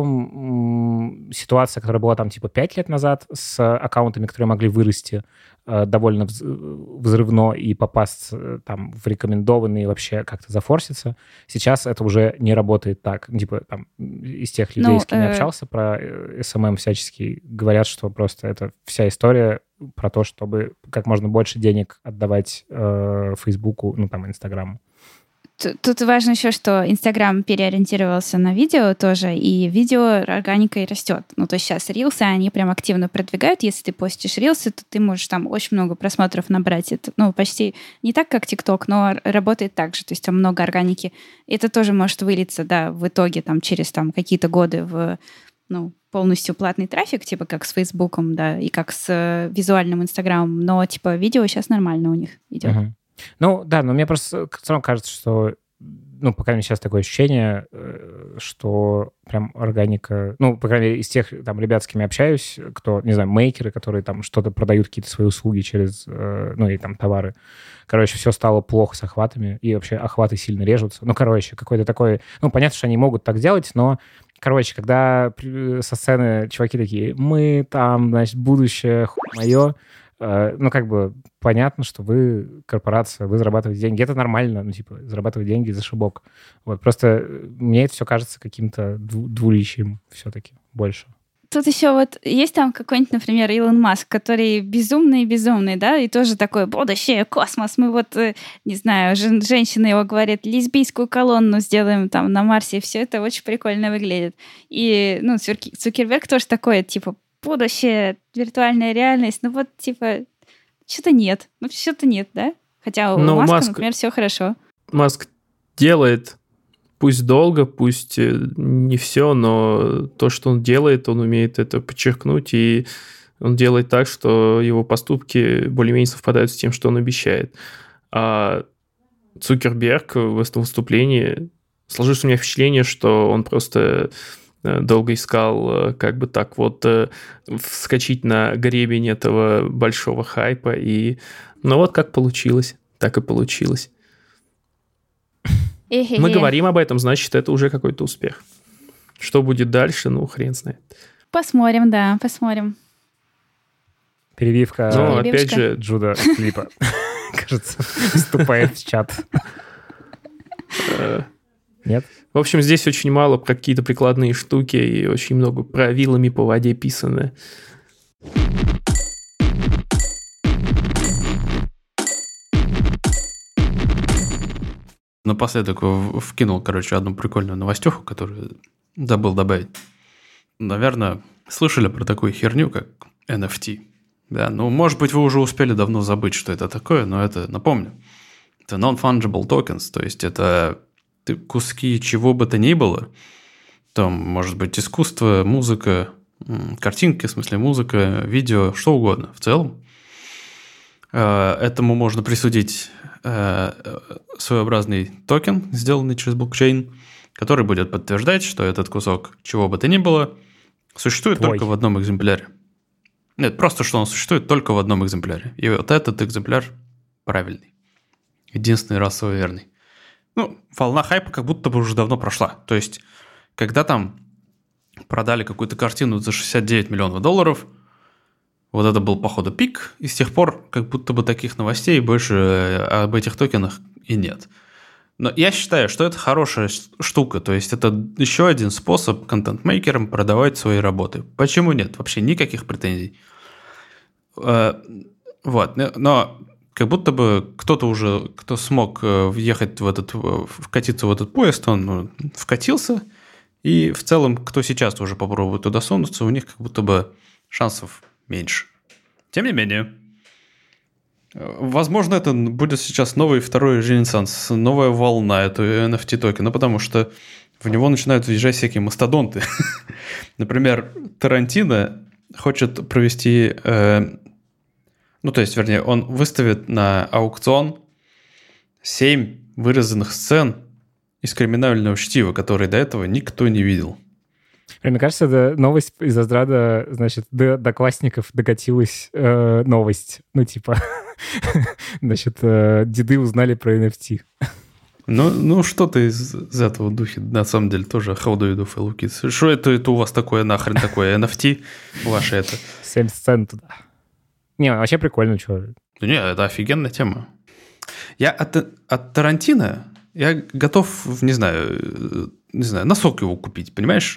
целом ситуация, которая была там, типа, 5 лет назад с аккаунтами, которые могли вырасти довольно взрывно и попасть там в рекомендованные, вообще как-то зафорситься, сейчас это уже не работает так. Типа, там, из тех людей, с кем я общался про SMM всячески, говорят, что просто это вся история про то, чтобы как можно больше денег отдавать Фейсбуку, Инстаграму.
Тут важно еще, что Инстаграм переориентировался на видео тоже, и видео органикой растет. То есть сейчас рилсы, они прям активно продвигают. Если ты постишь рилсы, то ты можешь там очень много просмотров набрать. Это, почти не так, как ТикТок, но работает так же. То есть там много органики. Это тоже может вылиться, в итоге там через какие-то годы в полностью платный трафик, типа как с Фейсбуком, и как с визуальным Инстаграмом. Но видео сейчас нормально у них идет.
Но мне просто все равно кажется, что, по крайней мере, сейчас такое ощущение, что прям органика... по крайней мере, из тех ребят, с кем я общаюсь, кто, не знаю, мейкеры, которые там что-то продают, какие-то свои услуги через, или там товары. Все стало плохо с охватами, и вообще охваты сильно режутся. Какой-то такой... понятно, что они могут так делать, но... когда со сцены чуваки такие, мы там, значит, будущее, мое, понятно, что вы корпорация, вы зарабатываете деньги. Это нормально, зарабатывать деньги за шибок. Просто мне это все кажется каким-то двуличием все-таки больше.
Тут еще есть там какой-нибудь, например, Илон Маск, который безумный, и тоже такой будущее, космос. Мы не знаю, женщина его говорит, лесбийскую колонну сделаем там на Марсе, и все это очень прикольно выглядит. И, Цукерберг тоже такой, будущее, виртуальная реальность, что-то нет. Что-то нет, да? Хотя у Маска, например, все хорошо.
Маск делает, пусть долго, пусть не все, но то, что он делает, он умеет это подчеркнуть, и он делает так, что его поступки более-менее совпадают с тем, что он обещает. А Цукерберг в этом выступлении, сложилось у меня впечатление, что он просто... долго искал, вскочить на гребень этого большого хайпа, и как получилось, так и получилось. Мы говорим об этом, значит, это уже какой-то успех. Что будет дальше, хрен знает.
Посмотрим, посмотрим.
Перебивка.
Опять же,
Джуда клипа, кажется, вступает в чат. Нет?
В общем, здесь очень мало про какие-то прикладные штуки и очень много про вилами по воде писано.
Напоследок вкинул, одну прикольную новостюху, которую забыл добавить. Наверное, слышали про такую херню, как NFT. Да, может быть, вы уже успели давно забыть, что это такое, но это напомню. Это non-fungible tokens, то есть это куски чего бы то ни было. Там может быть искусство, музыка, картинки, в смысле музыка, видео, что угодно в целом. Этому можно присудить своеобразный токен, сделанный через блокчейн, который будет подтверждать, что этот кусок чего бы то ни было существует только в одном экземпляре. Нет, просто что он существует только в одном экземпляре. И этот экземпляр правильный. Единственный расово верный. Волна хайпа как будто бы уже давно прошла. То есть, когда там продали какую-то картину за $69 миллионов, вот это был, походу, пик, и с тех пор как будто бы таких новостей больше об этих токенах и нет. Но я считаю, что это хорошая штука, то есть это еще один способ контент-мейкерам продавать свои работы. Почему нет? Вообще никаких претензий. Вот, но как будто бы кто-то уже, кто смог вкатиться в этот поезд, он вкатился, и в целом, кто сейчас уже попробует туда сунуться, у них как будто бы шансов меньше. Тем не менее, возможно, это будет сейчас новый второй ренессанс, новая волна этого NFT-токена, потому что в него начинают въезжать всякие мастодонты. Например, Тарантино хочет провести... он выставит на аукцион 7 вырезанных сцен из криминального чтива, которые до этого никто не видел.
Мне кажется, это новость из разряда, значит, до одноклассников докатилась новость. Деды узнали про NFT.
Ну, что-то из этого духе, на самом деле, тоже how do you do, fellow kids. Что это у вас такое, нахрен такое NFT ваше это?
7 сцен туда. Не, вообще прикольно, что.
Не, это офигенная тема. Я от Тарантино, я готов, не знаю, носок его купить, понимаешь?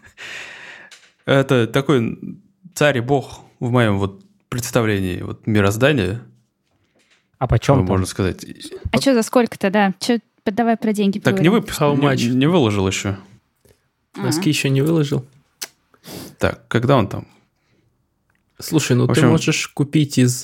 Это такой царь и бог в моем вот представлении вот мироздания.
А почем
можно сказать?
А что за сколько-то, да? Давай про деньги
так,
поговорим.
не выложил еще.
Носки еще не выложил.
Так, когда он там?
Слушай, ты можешь купить из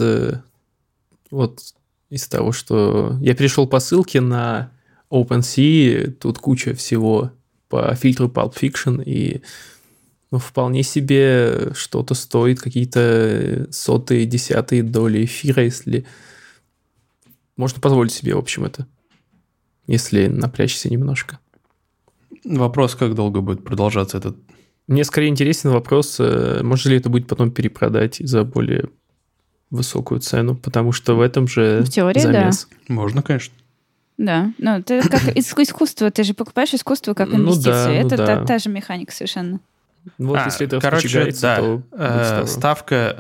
того, что... Я перешел по ссылке на OpenSea, тут куча всего по фильтру Pulp Fiction, и вполне себе что-то стоит, какие-то сотые, десятые доли эфира, если... Можно позволить себе, в общем, это, если напрячься немножко.
Вопрос, как долго будет продолжаться этот...
Мне скорее интересен вопрос, можно ли это будет потом перепродать за более высокую цену, потому что в этом же
в теории,
замес.
Да.
Можно, конечно.
Да, но это как искусство, ты же покупаешь искусство как инвестицию, та же механика совершенно.
Если это вкочегается,
то ставка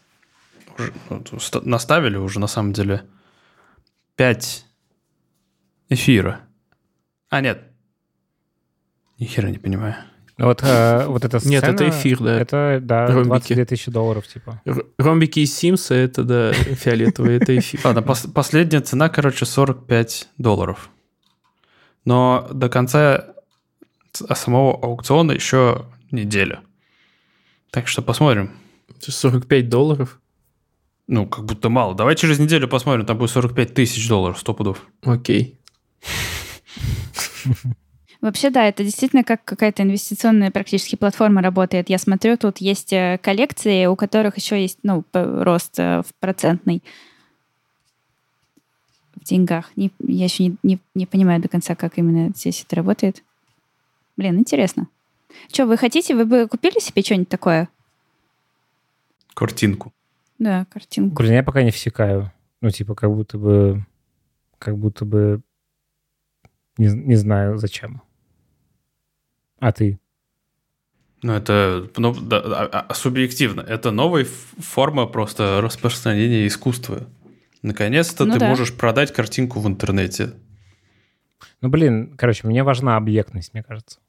наставили уже на самом деле 5 эфира. Нет. Ни хера не понимаю.
Вот эта сцена...
Нет, это эфир, да.
Это, да, $22 000, типа.
Ромбики из Симса, это, да, фиолетовые, это эфир.
Ладно, последняя цена, $45. Но до конца самого аукциона еще неделя. Так что посмотрим.
$45?
Как будто мало. Давай через неделю посмотрим, там будет $45 000, 100 пудов.
Окей.
Вообще, да, это действительно как какая-то инвестиционная практически платформа работает. Я смотрю, тут есть коллекции, у которых еще есть, рост процентный в деньгах. Я еще не понимаю до конца, как именно здесь это работает. Блин, интересно. Что, вы хотите? Вы бы купили себе что-нибудь такое?
Картинку.
Да, картинку.
Блин, я пока не всекаю. Как будто бы не знаю, зачем. А ты?
Это субъективно. Это новая форма просто распространения искусства. Наконец-то ты можешь продать картинку в интернете.
Мне важна объектность, мне кажется.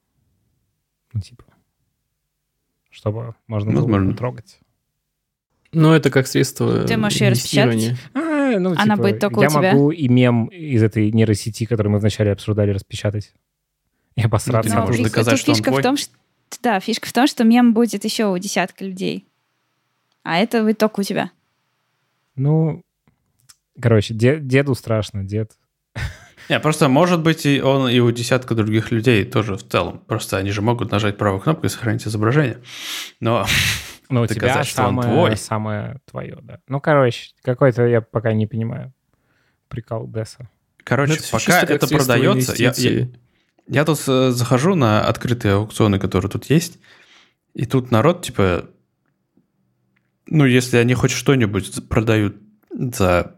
Чтобы можно было потрогать.
Это как средство
ты можешь ее распечатать? Она будет только у тебя?
Я могу и мем из этой нейросети, который мы вначале обсуждали, распечатать. И обосраться.
Ты можешь доказать, что он твой.
Фишка в том, что мем будет еще у десятка людей. А это будет только у тебя.
Деду страшно, дед.
Просто может быть он и у десятка других людей тоже в целом. Просто они же могут нажать правой кнопкой и сохранить изображение. Но
у тебя самое твое, да. Какой-то я пока не понимаю. Прикол Десса.
Пока это продается, я тут захожу на открытые аукционы, которые тут есть, и тут народ, если они хоть что-нибудь продают за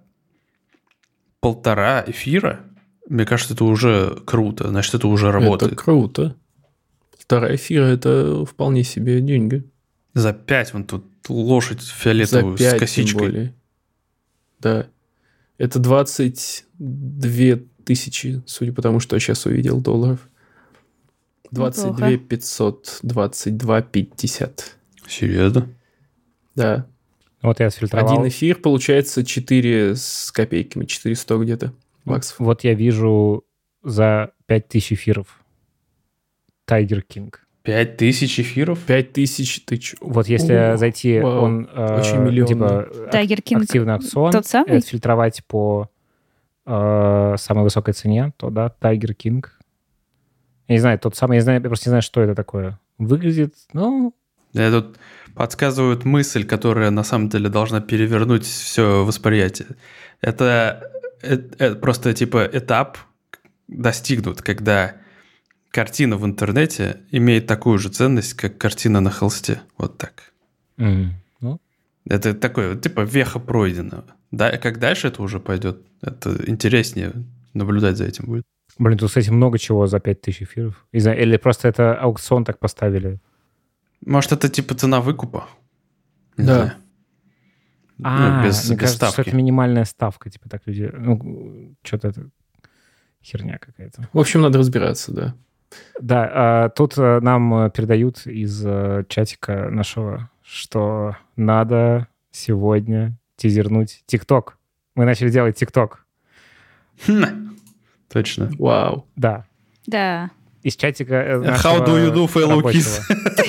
1,5 эфира, мне кажется, это уже круто. Значит, это уже работает.
Это круто. 1,5 эфира – это вполне себе деньги.
За 5 вон тут лошадь фиолетовую
за 5,
с косичкой.
Тем более. Да. Это 22 тысячи, судя по тому, что я сейчас увидел, долларов. 22 500, 22 50.
Серьезно?
Да.
Вот я отфильтровал.
1 эфир получается 4 с копейками, 400 где-то баксов.
Вот я вижу за 5000 эфиров Tiger King.
5000 эфиров?
5000, ты чё?
Вот если зайти, он типа
Tiger King
активный аукцион,
тот самый?
отфильтровать по самой высокой цене, то да, Tiger King. Я не знаю, тот самый, я просто не знаю, что это такое. Выглядит,
Тут подсказывают мысль, которая на самом деле должна перевернуть все восприятие. Это просто типа этап достигнут, когда картина в интернете имеет такую же ценность, как картина на холсте. Вот так. Это такое, типа, веха пройденного. Да, как дальше это уже пойдет, это интереснее наблюдать за этим будет.
Блин, тут, кстати, много чего за 5000 эфиров. Или просто это аукцион так поставили?
Может, это типа цена выкупа? Не
Да.
знаю. Без
мне кажется,
ставки.
что это минимальная ставка. Типа так люди... что-то это херня какая-то.
В общем, надо разбираться, да.
Да, тут нам передают из чатика нашего, что надо сегодня тизернуть ТикТок. Мы начали делать ТикТок.
Точно.
Вау.
Да.
Да.
Из чатика
How do you do, fellow kids?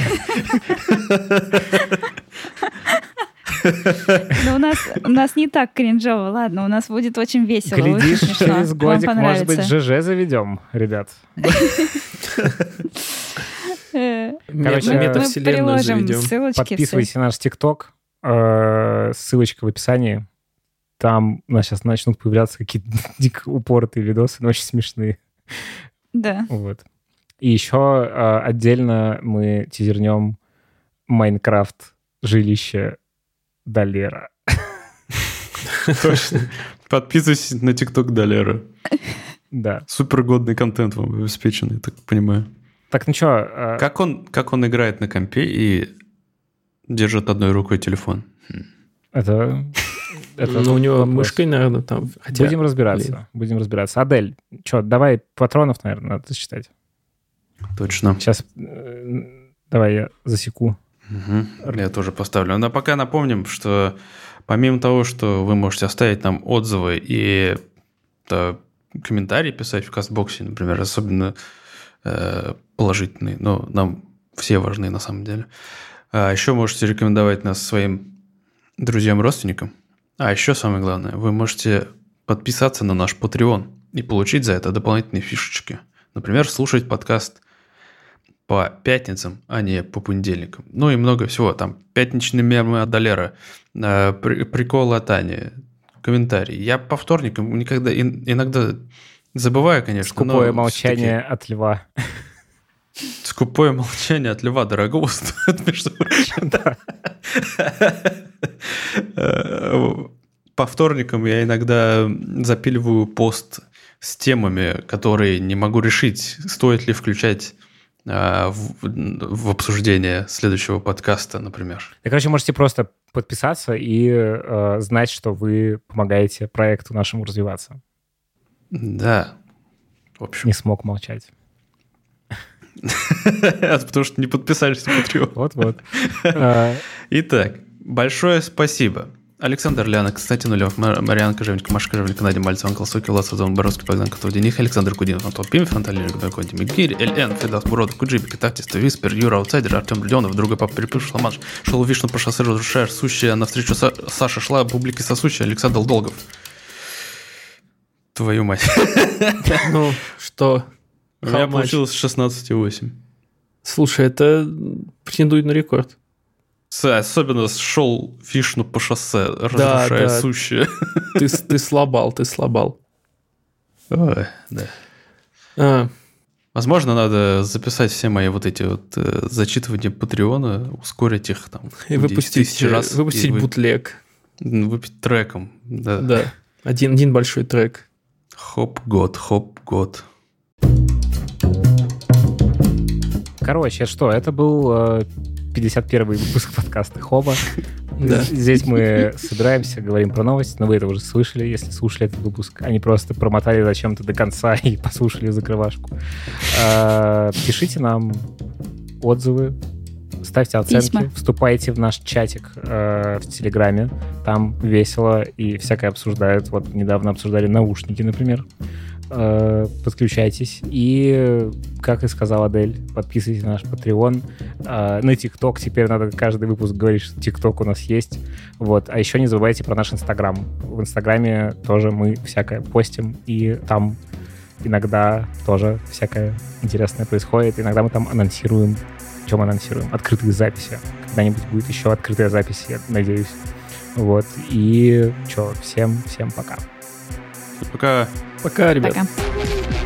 Но у нас не так кринжово, ладно, у нас будет очень весело.
Глядишь,
очень смешно.
через
Вам
годик, может быть,
понравится.
ЖЖ заведем, ребят. Короче,
метавселенную
приложим
заведем.
ссылочки.
Подписывайтесь на наш ТикТок. Ссылочка в описании. Там у нас сейчас начнут появляться какие-то дико упоротые видосы, но очень смешные.
Да.
Вот. И еще отдельно мы тизернем Майнкрафт жилище Долера.
Точно. Подписывайтесь на ТикТок Долера.
Да.
Супергодный контент вам обеспечен, я так понимаю.
Так, ну что...
Как он играет на компе и держит одной рукой телефон?
Это
Ну, у него
вопрос.
мышкой, наверное, там. Хотя,
Будем разбираться. Адель, что, давай патронов, наверное, надо засчитать.
Точно.
Сейчас давай я засеку.
Угу. Я тоже поставлю. Но пока напомним, что помимо того, что вы можете оставить нам отзывы и комментарии писать в Кастбоксе, например, особенно положительные, но нам все важны на самом деле. А еще можете рекомендовать нас своим друзьям, родственникам. А еще самое главное, вы можете подписаться на наш Patreon и получить за это дополнительные фишечки. Например, слушать подкаст по пятницам, а не по понедельникам. Ну и много всего. Там пятничные мемы от Долера, приколы от Ани, комментарии. Я по вторникам иногда забываю, конечно.
Скупое молчание от Льва.
Скупое молчание от Льва дорогого стоит, между прочим. По вторникам я иногда запиливаю пост с темами, которые не могу решить, стоит ли включать в обсуждение следующего подкаста, например.
Короче, можете просто подписаться и знать, что вы помогаете проекту нашему развиваться.
Да. В общем.
Не смог молчать.
Потому что не подписались на Patreon.
Вот-вот.
Итак, большое спасибо. Александр Ляна, Константин Улев, Мариан Кожевник, Маша Кожевник, Надя Мальцев, Ангел Соки, Влад Сазон, Боровский, Богдан Котовдених, Александр Кудинов, Антон Пимов, Анталин Рогдаконти, Мигирь, ЛН, Федас Муродов, Куджибик, Тактист, Виспер, Юра Аутсайдер, Артем Родионов, Друга Папа Перепыш, Шламаш, Шел Вишну по шоссе разрушаешь, Сущая, навстречу Саша шла, Бублики сосущая, Александр Долгов. Твою мать.
Ну, что?
У меня получилось 16,8.
Слушай, это претендует на рекорд.
Особенно шел Вишну по шоссе, разрушая сущее.
Ты слабал.
Ой, да. Возможно, надо записать все мои вот эти вот зачитывания Патреона, ускорить их там.
И выпустить бутлег.
Выпить треком.
Да. Один большой трек.
Хоп-год. Короче, что, это был 51-й выпуск подкаста Хоба. Да. Здесь мы собираемся, говорим про новости, но вы это уже слышали, если слушали этот выпуск. Они просто промотали зачем-то до конца и послушали закрывашку. Пишите нам отзывы, ставьте оценки,
Письма.
вступайте в наш чатик в Телеграме, там весело и всякое обсуждают. Вот недавно обсуждали наушники, например. Подключайтесь. И, как и сказала Адель, подписывайтесь на наш Patreon. На ТикТок теперь надо каждый выпуск говорить, что ТикТок у нас есть. Вот. А еще не забывайте про наш Инстаграм. В Инстаграме тоже мы всякое постим, и там иногда тоже всякое интересное происходит. Иногда мы там анонсируем. Что мы анонсируем? Открытые записи. Когда-нибудь будет еще открытая запись, я надеюсь. Вот. И всем пока.
Пока.
Пока, ребят.
Пока.